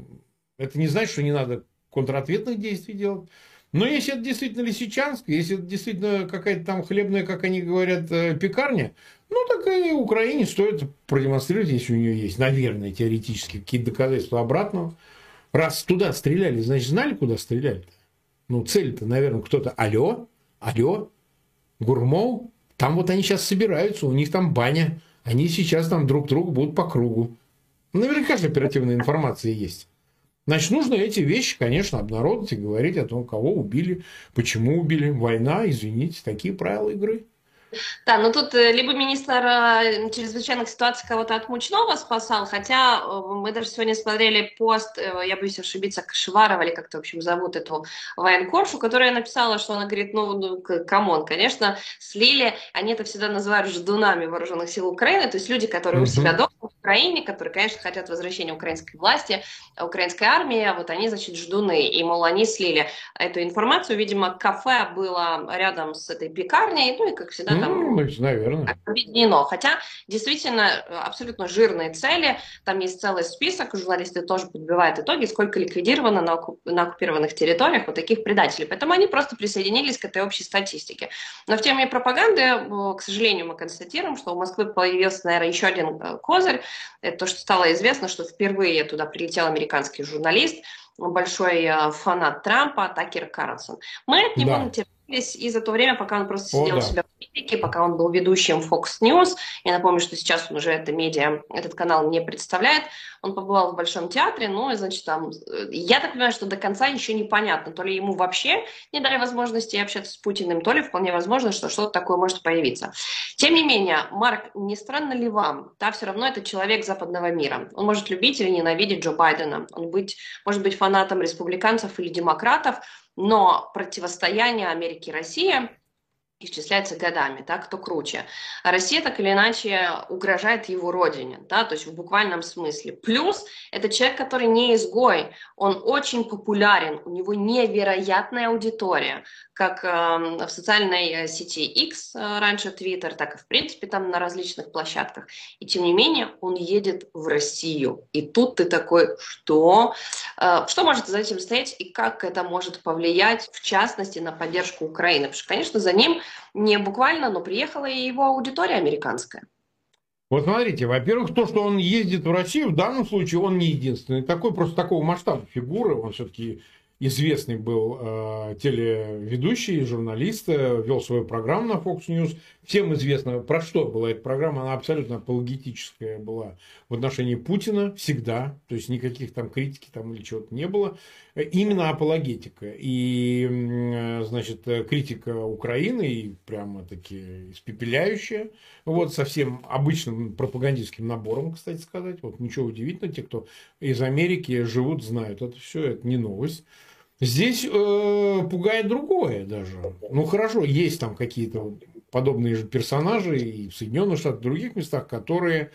это не значит, что не надо контратветных действий делать. Но если это действительно Лисичанск, если это действительно какая-то там хлебная, как они говорят, пекарня, ну, так и Украине стоит продемонстрировать, если у нее есть, наверное, теоретически какие-то доказательства обратного. Раз туда стреляли, значит, знали, куда стреляли-то? Ну, цель-то, наверное, кто-то. Алло, алло, Гурмов, там вот они сейчас собираются, у них там баня, они сейчас там друг другу будут по кругу. Наверняка же оперативная информация есть. Значит, нужно эти вещи, конечно, обнародовать и говорить о том, кого убили, почему убили. Война, извините, такие правила игры. Да, но тут либо министр чрезвычайных ситуаций кого-то от Мучного спасал, хотя мы даже сегодня смотрели пост, я боюсь ошибиться, Кашеварова, или как-то, в общем, зовут эту военкоршу, которая написала, что она говорит, ну, ну камон, конечно, слили, они это всегда называют ждунами вооруженных сил Украины, то есть люди, которые у себя дома в Украине, которые, конечно, хотят возвращения украинской власти, украинской армии, а вот они, значит, ждуны, и, мол, они слили эту информацию, видимо, кафе было рядом с этой пекарней, ну, и, как всегда, там наверное. объединено. Хотя действительно абсолютно жирные цели. Там есть целый список. Журналисты тоже подбивают итоги, сколько ликвидировано на, оккуп... на оккупированных территориях вот таких предателей. Поэтому они просто присоединились к этой общей статистике. Но в теме пропаганды, к сожалению, мы констатируем, что у Москвы появился, наверное, еще один козырь. Это то, что стало известно, что впервые туда прилетел американский журналист, большой фанат Трампа, Такер Карлсон. Мы от него да. натерпелись и за то время, пока он просто сидел О, да. у себя в Америке, пока он был ведущим Fox News. Я напомню, что сейчас он уже это медиа, этот канал не представляет. Он побывал в Большом театре, ну и, значит, там, я так понимаю, что до конца еще непонятно, то ли ему вообще не дали возможности общаться с Путиным, то ли вполне возможно, что что-то такое может появиться. Тем не менее, Марк, не странно ли вам, да, все равно это человек западного мира. Он может любить или ненавидеть Джо Байдена, он быть, может быть фанатом республиканцев или демократов, но противостояние Америки и России исчисляется годами, да, кто круче. А Россия так или иначе угрожает его родине, да, то есть в буквальном смысле. Плюс это человек, который не изгой, он очень популярен, у него невероятная аудитория, как э, в социальной сети X, э, раньше Twitter, так и в принципе там на различных площадках. И тем не менее он едет в Россию. И тут ты такой, что? Э, что может за этим стоять и как это может повлиять, в частности, на поддержку Украины? Потому что, конечно, за ним не буквально, но приехала и его аудитория американская. Вот смотрите, во-первых, то, что он ездит в Россию, в данном случае он не единственный. Такой, просто такого масштаба фигуры, он все-таки известный был э, телеведущий, журналист, э, вел свою программу на Fox News. Всем известно, про что была эта программа, она абсолютно апологетическая была в отношении Путина всегда, то есть никаких там критики там или чего-то не было. Именно апологетика. И, э, значит, критика Украины, и прямо-таки испепеляющая, вот, со всем обычным пропагандистским набором, кстати сказать. Вот ничего удивительного, те, кто из Америки живут, знают это все, это не новость. Здесь э, пугает другое даже. Ну хорошо, есть там какие-то подобные же персонажи и в Соединенных Штатах, и в других местах, которые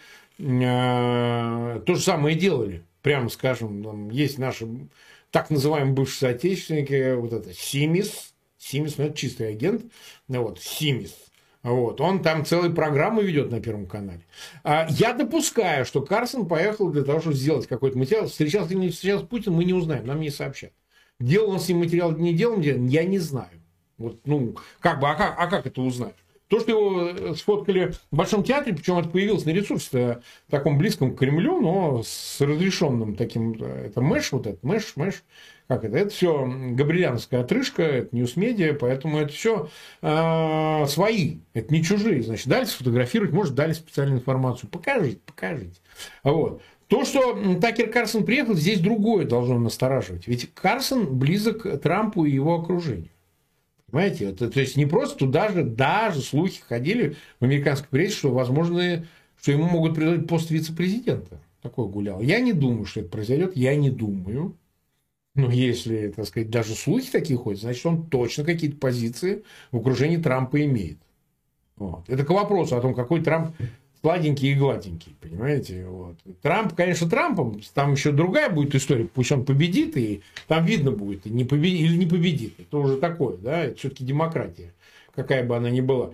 э, то же самое делали. Прямо скажем, там есть наши так называемые бывшие соотечественники, вот это Симис, Симис, ну это чистый агент, вот, Симис. Вот. Он там целые программы ведет на Первом канале. А я допускаю, что Карсон поехал для того, чтобы сделать какой-то материал. Встречался или не встречался с Путиным, мы не узнаем, нам не сообщат. Делал он с ним материал, не делал, я не знаю. Вот, ну, как бы, а как, а как это узнать? То, что его сфоткали в Большом театре, причем это появилось на ресурсе таком близком к Кремлю, но с разрешенным таким, это мэш, вот этот мэш, мэш, как это, это все габрилянская отрыжка, это ньюс-медиа, поэтому это все э, свои, это не чужие, значит, дали сфотографировать, может, дали специальную информацию, покажите, покажите. Вот. То, что Такер Карлсон приехал, здесь другое должно настораживать, ведь Карлсон близок к Трампу и его окружению. Понимаете, это, то есть не просто туда же, даже слухи ходили в американской прессе, что возможно, что ему могут предложить пост вице-президента. Такой гулял. Я не думаю, что это произойдет, я не думаю. Но если, так сказать, даже слухи такие ходят, значит, он точно какие-то позиции в окружении Трампа имеет. Вот. Это к вопросу о том, какой Трамп сладенький и гладенький, понимаете? Вот. Трамп, конечно, Трампом, там еще другая будет история, пусть он победит, и там видно будет, не победит, или не победит. Это уже такое, да, это все-таки демократия, какая бы она ни была.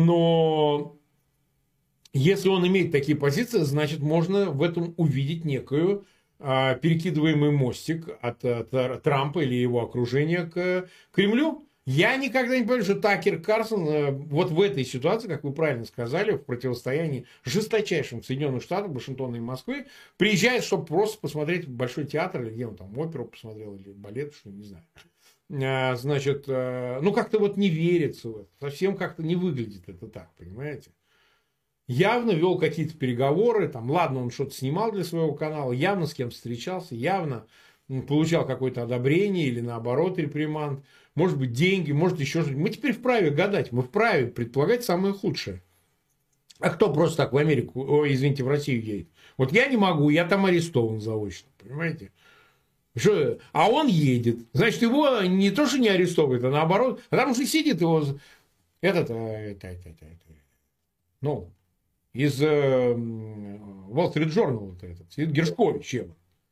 Но если он имеет такие позиции, значит, можно в этом увидеть некую а, перекидываемый мостик от, от Трампа или его окружения к Кремлю. Я никогда не понимаю, что Такер Карлсон вот в этой ситуации, как вы правильно сказали, в противостоянии жесточайшим в Соединенных Штатах, Вашингтона и Москвы, приезжает, чтобы просто посмотреть Большой театр, или где он там, оперу посмотрел, или балет, что не знаю. Значит, ну как-то вот не верится в это, совсем как-то не выглядит это так, понимаете? Явно вел какие-то переговоры, там, ладно, он что-то снимал для своего канала, явно с кем-то встречался, явно получал какое-то одобрение или наоборот реприманд. Может быть, деньги, может, еще что-то. Мы теперь вправе гадать, мы вправе предполагать самое худшее. А кто просто так в Америку, ой, извините, в Россию едет? Вот я не могу, я там арестован заочно, понимаете? Что? А он едет. Значит, его не то, что не арестовывают, а наоборот. А там уже сидит его этот, это, это, это, это, ну, из э, Wall Street Journal, вот этот, сидит Гершкович, чем?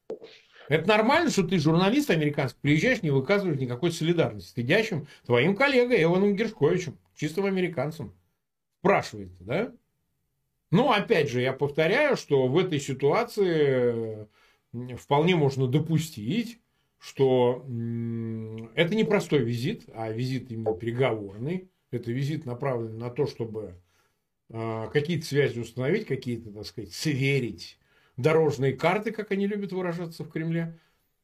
Это нормально, что ты журналист американский, приезжаешь, не выказываешь никакой солидарности с сидящим твоим коллегой Эваном Гершковичем, чистым американцем. Спрашивается, да? Ну, опять же, я повторяю, что в этой ситуации вполне можно допустить, что это не простой визит, а визит именно переговорный. Это визит направлен на то, чтобы какие-то связи установить, какие-то, так сказать, сверить дорожные карты, как они любят выражаться в Кремле.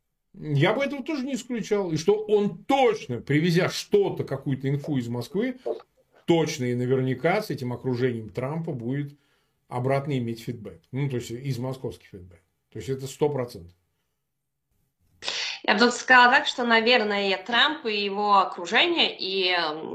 Я бы этого тоже не исключал. И что он точно, привезя что-то, какую-то инфу из Москвы, точно и наверняка с этим окружением Трампа будет обратно иметь фидбэк. Ну, то есть, из московских фидбэк. То есть, это сто процентов. Я бы тут сказала так, что, наверное, Трамп и его окружение, и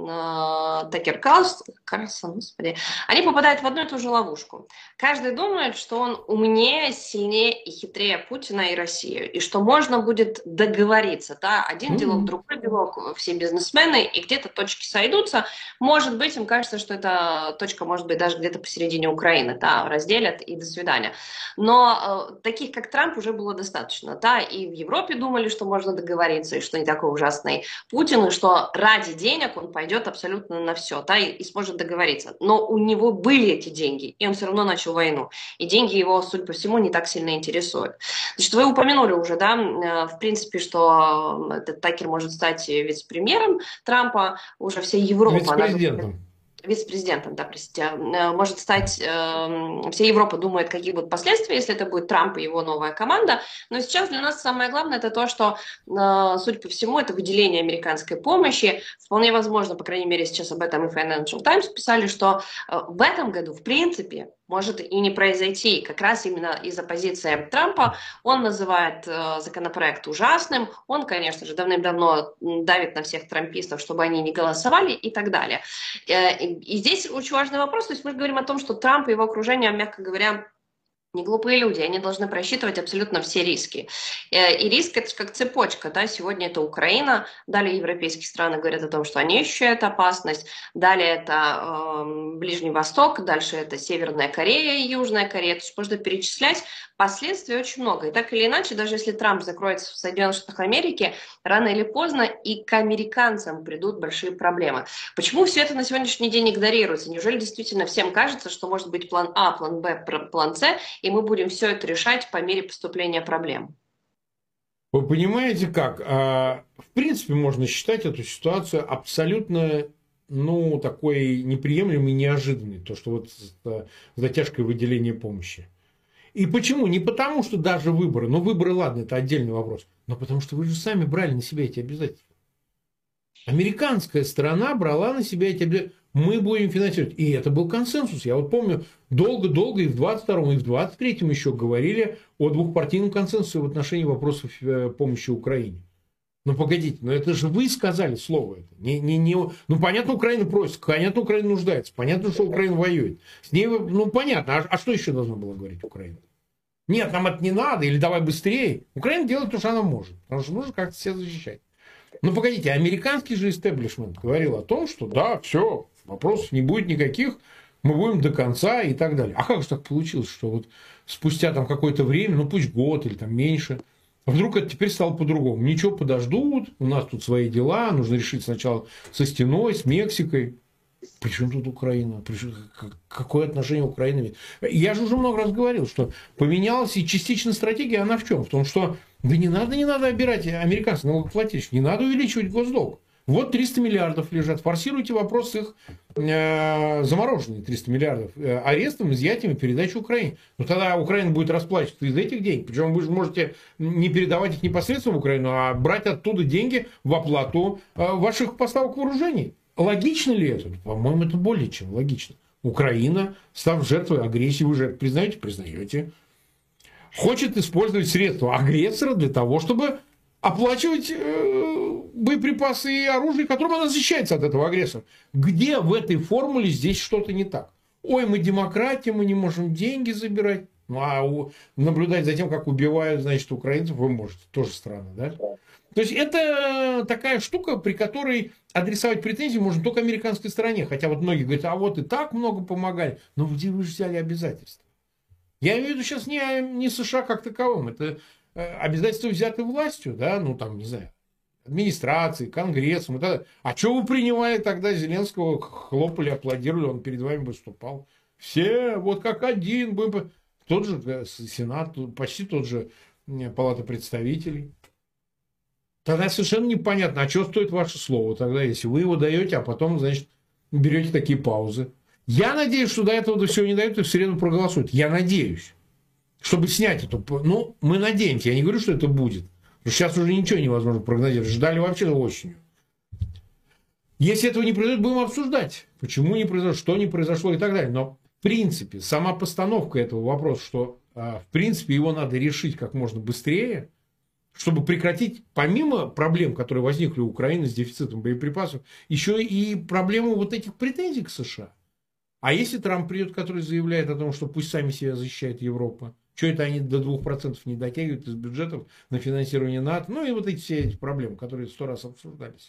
э, Такер Карлс- Карлсон, господи, они попадают в одну и ту же ловушку. Каждый думает, что он умнее, сильнее и хитрее Путина и России, и что можно будет договориться. Да? Один делок, Мгм. другой делок, все бизнесмены, и где-то точки сойдутся. Может быть, им кажется, что эта точка может быть даже где-то посередине Украины, да, разделят и до свидания. Но э, таких, как Трамп, уже было достаточно. Да? И в Европе думали, что можно договориться, и что не такой ужасный Путин, и что ради денег он пойдет абсолютно на все, да, и, и сможет договориться. Но у него были эти деньги, и он все равно начал войну. И деньги его, судя по всему, не так сильно интересуют. Значит, вы упомянули уже, да, э, в принципе, что э, этот Такер может стать вице-премьером Трампа, уже вся Европа, она думает, Вице-президентом. вице-президентом, да, простите, э, может стать, э, вся Европа думает, какие будут последствия, если это будет Трамп и его новая команда, но сейчас для нас самое главное это то, что, э, судя по всему, это выделение американской помощи, вполне возможно, по крайней мере, сейчас об этом и Financial Times писали, что э, в этом году, в принципе, может и не произойти, как раз именно из-за позиции Трампа. Он называет э, законопроект ужасным, он, конечно же, давным-давно давит на всех трампистов, чтобы они не голосовали и так далее. Э, и, и здесь очень важный вопрос, то есть мы говорим о том, что Трамп и его окружение, мягко говоря, не глупые люди, они должны просчитывать абсолютно все риски. И риск это как цепочка, да, сегодня это Украина, далее европейские страны говорят о том, что они ощущают опасность, далее это э, Ближний Восток, дальше это Северная Корея и Южная Корея, то есть можно перечислять, последствий очень много. И так или иначе, даже если Трамп закроется в Соединенных Штатах Америки, рано или поздно и к американцам придут большие проблемы. Почему все это на сегодняшний день игнорируется? Неужели действительно всем кажется, что может быть план А, план Б, план С, и мы будем все это решать по мере поступления проблем? Вы понимаете как? В принципе, можно считать эту ситуацию абсолютно, ну, такой неприемлемой и неожиданной. То, что вот с затяжкой выделения помощи. И почему? Не потому, что даже выборы. Ну, выборы, ладно, это отдельный вопрос. Но потому что вы же сами брали на себя эти обязательства. Американская сторона брала на себя эти обязательства. Мы будем финансировать. И это был консенсус. Я вот помню, долго-долго и в двадцать втором, и в двадцать третьем еще говорили о двухпартийном консенсусе в отношении вопросов помощи Украине. Ну, погодите, но это же вы сказали слово это. Не, не, не... Ну, понятно, Украина просит, понятно, Украина нуждается, понятно, что Украина воюет. С ней, ну, понятно. А, а что еще должна была говорить Украина? Нет, нам это не надо, или давай быстрее. Украина делает то, что она может. Потому что нужно как-то себя защищать. Ну, погодите, американский же истеблишмент говорил о том, что да, все, вопросов не будет никаких, мы будем до конца и так далее. А как же так получилось, что вот спустя там какое-то время, ну пусть год или там меньше, вдруг это теперь стало по-другому? Ничего, подождут, у нас тут свои дела, нужно решить сначала со стеной, с Мексикой. Причем тут Украина? Причем, какое отношение Украины имеет? Я же уже много раз говорил, что поменялась и частично стратегия, она в чем? В том, что да не надо, не надо обирать американцев, налогоплательщиков, не надо увеличивать госдолг. Вот триста миллиардов лежат. Форсируйте вопрос с их э, замороженные триста миллиардов э, арестом, изъятием и передачей Украине. Но тогда Украина будет расплачиваться из этих денег. Причем вы же можете не передавать их непосредственно в Украину, а брать оттуда деньги в оплату э, ваших поставок вооружений. Логично ли это? По-моему, это более чем логично. Украина, став жертвой агрессии, вы же это признаете? Признаете. Хочет использовать средства агрессора для того, чтобы оплачивать э, боеприпасы и оружие, которым она защищается от этого агрессора. Где в этой формуле здесь что-то не так? Ой, мы демократия, мы не можем деньги забирать. Ну, а у, наблюдать за тем, как убивают, значит, украинцев, вы можете. Тоже странно, да? То есть, это такая штука, при которой адресовать претензии можно только американской стороне. Хотя вот многие говорят, а вот и так много помогали. Но где вы же взяли обязательства? Я имею в виду сейчас не, не США как таковым. Это обязательства взяты властью, да, ну там, не знаю, администрацией, конгрессом. Это... А что вы принимали тогда Зеленского, хлопали, аплодировали, он перед вами выступал? Все вот как один. Тот же Сенат, почти тот же Палата представителей. Тогда совершенно непонятно, а что стоит ваше слово тогда, если вы его даете, а потом, значит, берете такие паузы. Я надеюсь, что до этого до всего не дают и в среду проголосуют. Я надеюсь. Чтобы снять эту... Ну, мы надеемся. Я не говорю, что это будет. Потому что сейчас уже ничего невозможно прогнозировать. Ждали вообще осенью. Если этого не произойдет, будем обсуждать. Почему не произошло, что не произошло и так далее. Но, в принципе, сама постановка этого вопроса, что, в принципе, его надо решить как можно быстрее, чтобы прекратить, помимо проблем, которые возникли у Украины с дефицитом боеприпасов, еще и проблему вот этих претензий к США. А если Трамп придет, который заявляет о том, что пусть сами себя защищает Европа, что это они до двух процентов не дотягивают из бюджетов на финансирование НАТО, ну и вот эти все эти проблемы, которые сто раз обсуждались.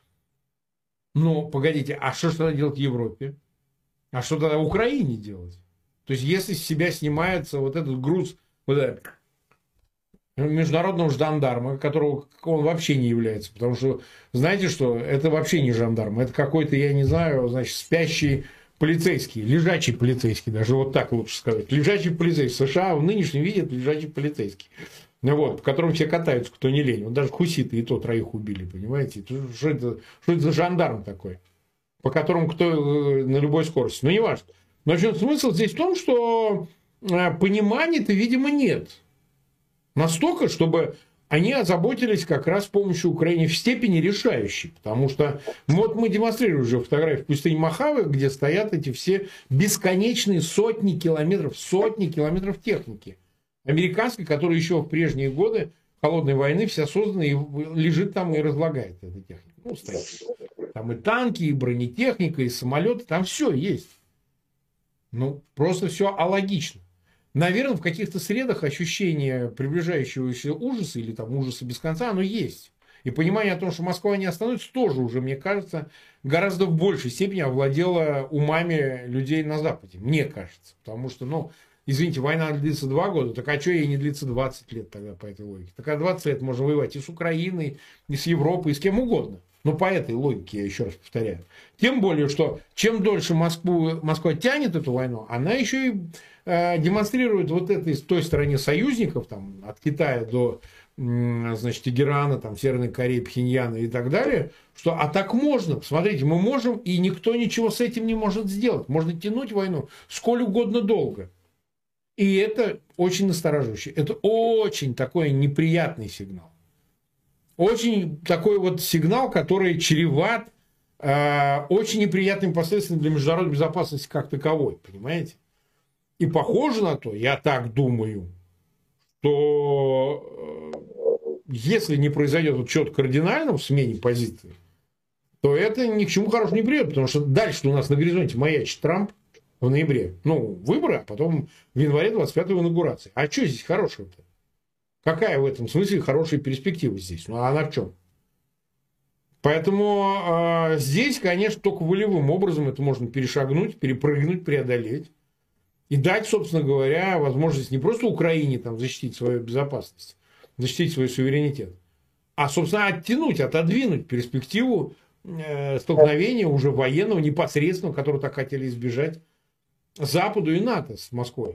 Но, погодите, а что же тогда делать Европе? А что тогда Украине делать? То есть, если с себя снимается вот этот груз вот этот, международного жандарма, которого он вообще не является. Потому что, знаете что, это вообще не жандарм. Это какой-то, я не знаю, значит, спящий полицейский, лежачий полицейский, даже вот так лучше сказать. Лежачий полицейский. В США в нынешнем виде это лежачий полицейский. Вот, по которому все катаются, кто не лень. Вот даже хуситы и то троих убили, понимаете? Что это, что это за жандарм такой? По которому кто на любой скорости. Ну, не важно. Но смысл здесь в том, что понимания-то, видимо, нет. Настолько, чтобы они озаботились как раз с помощью Украины в степени решающей. Потому что вот мы демонстрируем уже фотографии в пустыне Мохаве, где стоят эти все бесконечные сотни километров, сотни километров техники. Американской, которая еще в прежние годы холодной войны вся создана и лежит там и разлагает эта техника. Ну, стоит. Там и танки, и бронетехника, и самолеты, там все есть. Ну, просто все алогично. Наверное, в каких-то средах ощущение приближающегося ужаса или там ужаса без конца, оно есть. И понимание о том, что Москва не остановится, тоже уже, мне кажется, гораздо в большей степени овладело умами людей на Западе. Мне кажется. Потому что, ну, извините, война длится два года, так а что ей не длится двадцать лет тогда по этой логике? Так а двадцать лет можно воевать и с Украиной, и с Европой, и с кем угодно. Но по этой логике, я еще раз повторяю. Тем более, что чем дольше Москву, Москва тянет эту войну, она еще и э, демонстрирует вот этой той стороне союзников, там, от Китая до э, значит, Тегерана, там, Северной Кореи, Пхеньяна и так далее, что а так можно, смотрите, мы можем, и никто ничего с этим не может сделать. Можно тянуть войну сколь угодно долго. И это очень настораживающе. Это очень такой неприятный сигнал. Очень такой вот сигнал, который чреват э, очень неприятными последствиями для международной безопасности как таковой, понимаете? И похоже на то, я так думаю, что э, если не произойдет вот чего-то кардинального в смене позиции, то это ни к чему хорошему не приведет, потому что дальше у нас на горизонте маячит Трамп в ноябре. Ну, выборы, а потом в январе двадцать пятого инаугурации. А что здесь хорошего-то? Какая в этом смысле хорошая перспектива здесь? Ну, а она в чем? Поэтому э, здесь, конечно, только волевым образом это можно перешагнуть, перепрыгнуть, преодолеть. И дать, собственно говоря, возможность не просто Украине там, защитить свою безопасность, защитить свой суверенитет, а, собственно, оттянуть, отодвинуть перспективу э, столкновения уже военного, непосредственного, которого так хотели избежать Западу и НАТО с Москвой.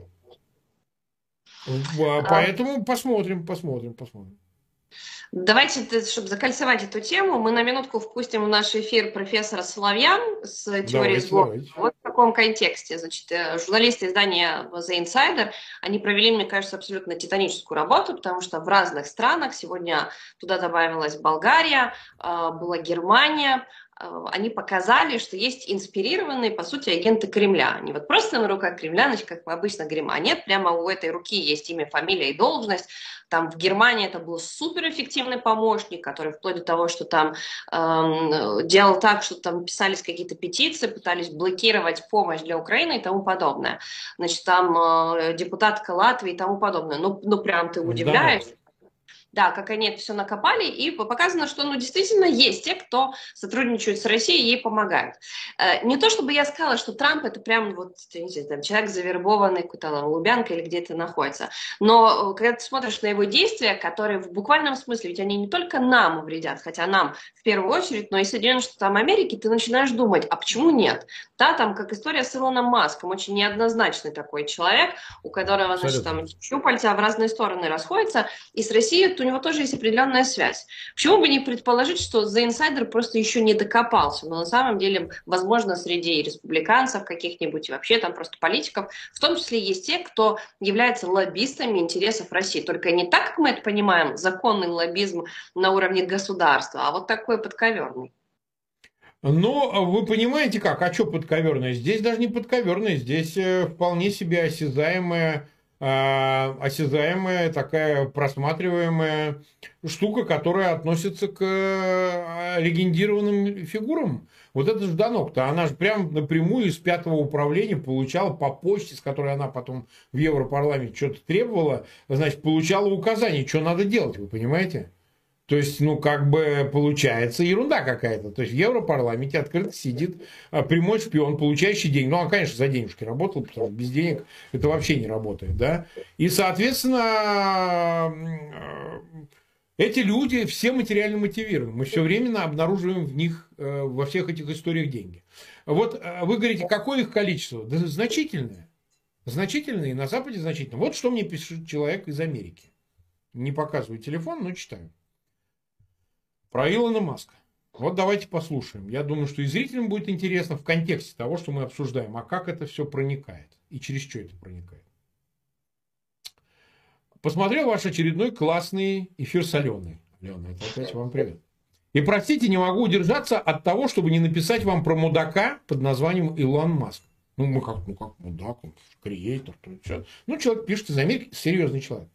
Поэтому посмотрим, посмотрим, посмотрим. Давайте, чтобы закольцевать эту тему, мы на минутку впустим в наш эфир профессора Соловьян с теорией сговора. Вот в таком контексте. Значит, журналисты издания The Insider, они провели, мне кажется, абсолютно титаническую работу, потому что в разных странах, сегодня туда добавилась Болгария, была Германия, они показали, что есть инспирированные, по сути, агенты Кремля. Не вот просто на руках Кремля, значит, как мы обычно говорим, а нет, прямо у этой руки есть имя, фамилия и должность. Там в Германии это был суперэффективный помощник, который вплоть до того, что там эм, делал так, что там писались какие-то петиции, пытались блокировать помощь для Украины и тому подобное. Значит, там э, депутатка Латвии и тому подобное. Ну, ну прям ты удивляешь. Да. Да, как они это все накопали, и показано, что ну, действительно есть те, кто сотрудничают с Россией и ей помогают. Не то, чтобы я сказала, что Трамп это прям вот, не знаю, там, человек завербованный, какой-то там Лубянка или где-то находится. Но когда ты смотришь на его действия, которые в буквальном смысле, ведь они не только нам вредят, хотя нам в первую очередь, но и Соединенным Штатам Америки, ты начинаешь думать, а почему нет? Да, там как история с Илоном Маском, очень неоднозначный такой человек, у которого, значит, там щупальца в разные стороны расходятся, и с Россией у него тоже есть определенная связь. Почему бы не предположить, что The Insider просто еще не докопался, но на самом деле, возможно, среди республиканцев каких-нибудь и вообще там просто политиков, в том числе есть те, кто является лоббистами интересов России. Только не так, как мы это понимаем, законный лоббизм на уровне государства, а вот такой подковерный. Но вы понимаете как? А что подковерное? Здесь даже не подковерное, здесь вполне себе осязаемая осязаемая, такая просматриваемая штука, которая относится к легендированным фигурам. Вот это Жданок-то, она же прям напрямую из пятого управления получала по почте, с которой она потом в Европарламенте что-то требовала, значит, получала указания, что надо делать, вы понимаете? То есть, ну, как бы получается ерунда какая-то. То есть, в Европарламенте открыто сидит прямой шпион, получающий деньги. Ну, он, конечно, за денежки работал, потому что без денег это вообще не работает, да. И, соответственно, эти люди все материально мотивированы. Мы все время обнаруживаем в них, во всех этих историях деньги. Вот вы говорите, какое их количество? Да значительное. Значительное, и на Западе значительное. Вот что мне пишет человек из Америки. Не показываю телефон, но читаю. Про Илона Маска. Вот давайте послушаем. Я думаю, что и зрителям будет интересно в контексте того, что мы обсуждаем. А как это все проникает? И через что это проникает? Посмотрел ваш очередной классный эфир с Аленой. Алена, это опять вам привет. И, простите, не могу удержаться от того, чтобы не написать вам про мудака под названием Илон Маск. Ну, мы как, ну, как мудак, он креатор. Ну, человек пишет из Америки, серьезный человек.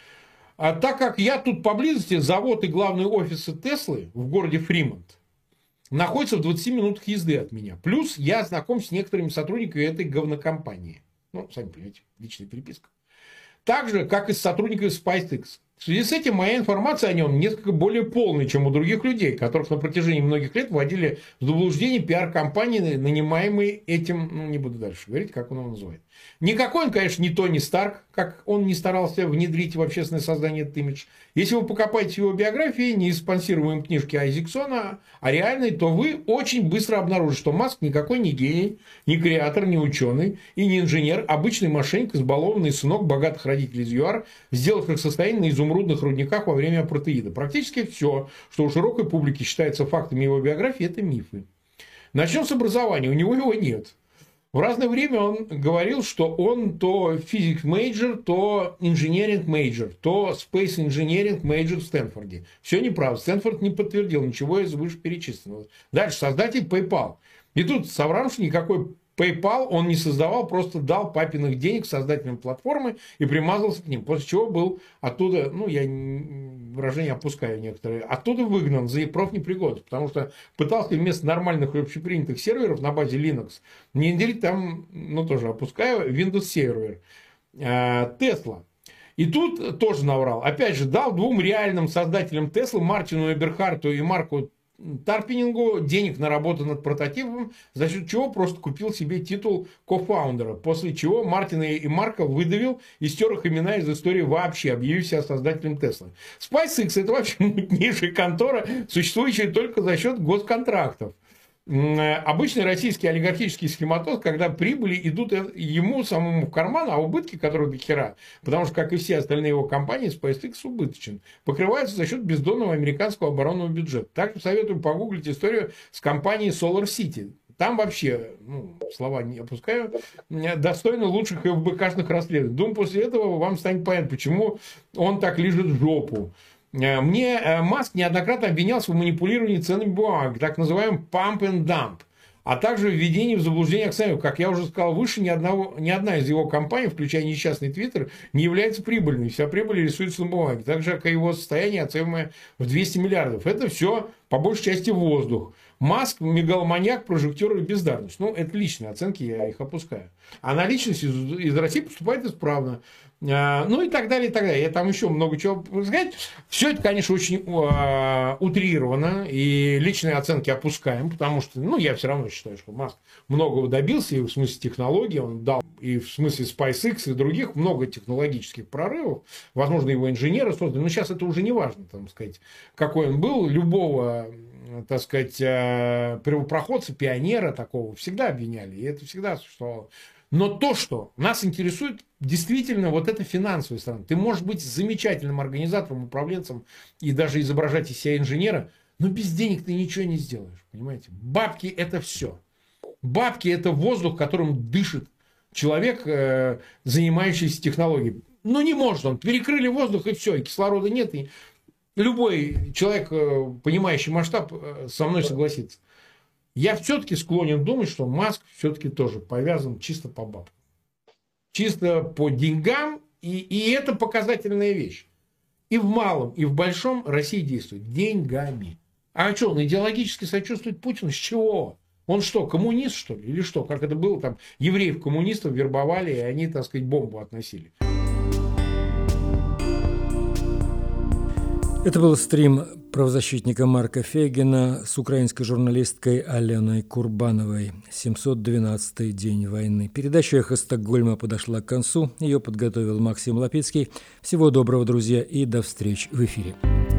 А так как я тут поблизости, завод и главные офисы Теслы в городе Фримонт находятся в двадцати минутах езды от меня. Плюс я знаком с некоторыми сотрудниками этой говнокомпании. Ну, сами понимаете, личная переписка. Так же, как и с сотрудниками SpaceX. В связи с этим моя информация о нем несколько более полная, чем у других людей, которых на протяжении многих лет вводили в заблуждение пиар-компании, нанимаемые этим, ну, не буду дальше говорить, как он его называет. Никакой он, конечно, не Тони Старк, как он не старался внедрить в общественное сознание этот имидж. Если вы покопаете в его биографии, не из спонсируемой книжки Айзексона, а реальной, то вы очень быстро обнаружите, что Маск никакой не гений, не креатор, не ученый и не инженер, обычный мошенник, избалованный сынок богатых родителей из ЮАР, сделавших состояние на изумрудных рудниках во время апартеида. Практически все, что у широкой публики считается фактами его биографии, это мифы. Начнем с образования. У него его нет. В разное время он говорил, что он то physics major, то engineering major, то space engineering major в Стэнфорде. Все неправда. Стэнфорд не подтвердил ничего из вышеперечисленного. Дальше. Создатель PayPal. И тут соврал, что никакой PayPal он не создавал, просто дал папиных денег создателям платформы и примазался к ним. После чего был оттуда, ну, я выражение опускаю некоторые, оттуда выгнан за профнепригодность, потому что пытался вместо нормальных и общепринятых серверов на базе Linux внедрить там, ну, тоже опускаю, Windows сервер. Tesla. И тут тоже наврал. Опять же, дал двум реальным создателям Tesla, Мартину Эберхарту и Марку Тарпенингу, денег на работу над прототипом, за счет чего просто купил себе титул кофаундера, после чего Мартина и Марка выдавил и стер их имена из истории вообще, объявив себя создателем Tesla. SpaceX – это вообще мутнейшая контора, существующая только за счет госконтрактов. Обычный российский олигархический схематоз, когда прибыли идут ему самому в карман, а убытки, которые до хера, потому что, как и все остальные его компании, SpaceX убыточен, покрываются за счет бездонного американского оборонного бюджета. Также советую погуглить историю с компанией Solar City. Там вообще, ну, слова не опускаю, достойно лучших эф бэ ка-шных расследований. Думаю, после этого вам станет понятно, почему он так лижет жопу. Мне Маск неоднократно обвинялся в манипулировании ценными бумагами, так называемым pump and dump, а также в введении в заблуждение акционеров. Как я уже сказал выше, ни, одного, ни одна из его компаний, включая несчастный Твиттер, не является прибыльной. Вся прибыль рисуется на бумаге. Так же, как и его состояние, оцениваемое в двести миллиардов. Это все, по большей части, воздух. Маск – мегаломаньяк, прожектор и бездарность. Ну, это личные оценки, я их опускаю. А наличность из, из России поступает исправно. А, ну, и так далее, и так далее. Я там еще много чего сказать. Все это, конечно, очень а, утрировано. И личные оценки опускаем, потому что, ну, я все равно считаю, что Маск многого добился. И в смысле технологий он дал, и в смысле SpaceX и других много технологических прорывов. Возможно, его инженеры создали. Но сейчас это уже не важно, там сказать, какой он был. Любого, так сказать, первопроходца, пионера такого всегда обвиняли. И это всегда существовало. Но то, что нас интересует, действительно, вот это финансовая сторона. Ты можешь быть замечательным организатором, управленцем и даже изображать из себя инженера, но без денег ты ничего не сделаешь. Понимаете? Бабки – это все. Бабки – это воздух, которым дышит человек, занимающийся технологией. Ну, не может он. Перекрыли воздух, и все, и кислорода нет. И любой человек, понимающий масштаб, со мной согласится. Я все-таки склонен думать, что Маск все-таки тоже повязан чисто по бабкам. Чисто по деньгам и, и это показательная вещь. И в малом, и в большом Россия действует деньгами. А что, он идеологически сочувствует Путину? С чего? Он что, коммунист, что ли? Или что? Как это было, там, евреев-коммунистов вербовали, и они, так сказать, бомбу относили. Это был стрим правозащитника Марка Фейгина с украинской журналисткой Аленой Курбановой. семьсот двенадцатый день войны. Передача «Эхо Стокгольма» подошла к концу. Ее подготовил Максим Лапицкий. Всего доброго, друзья, и до встречи в эфире.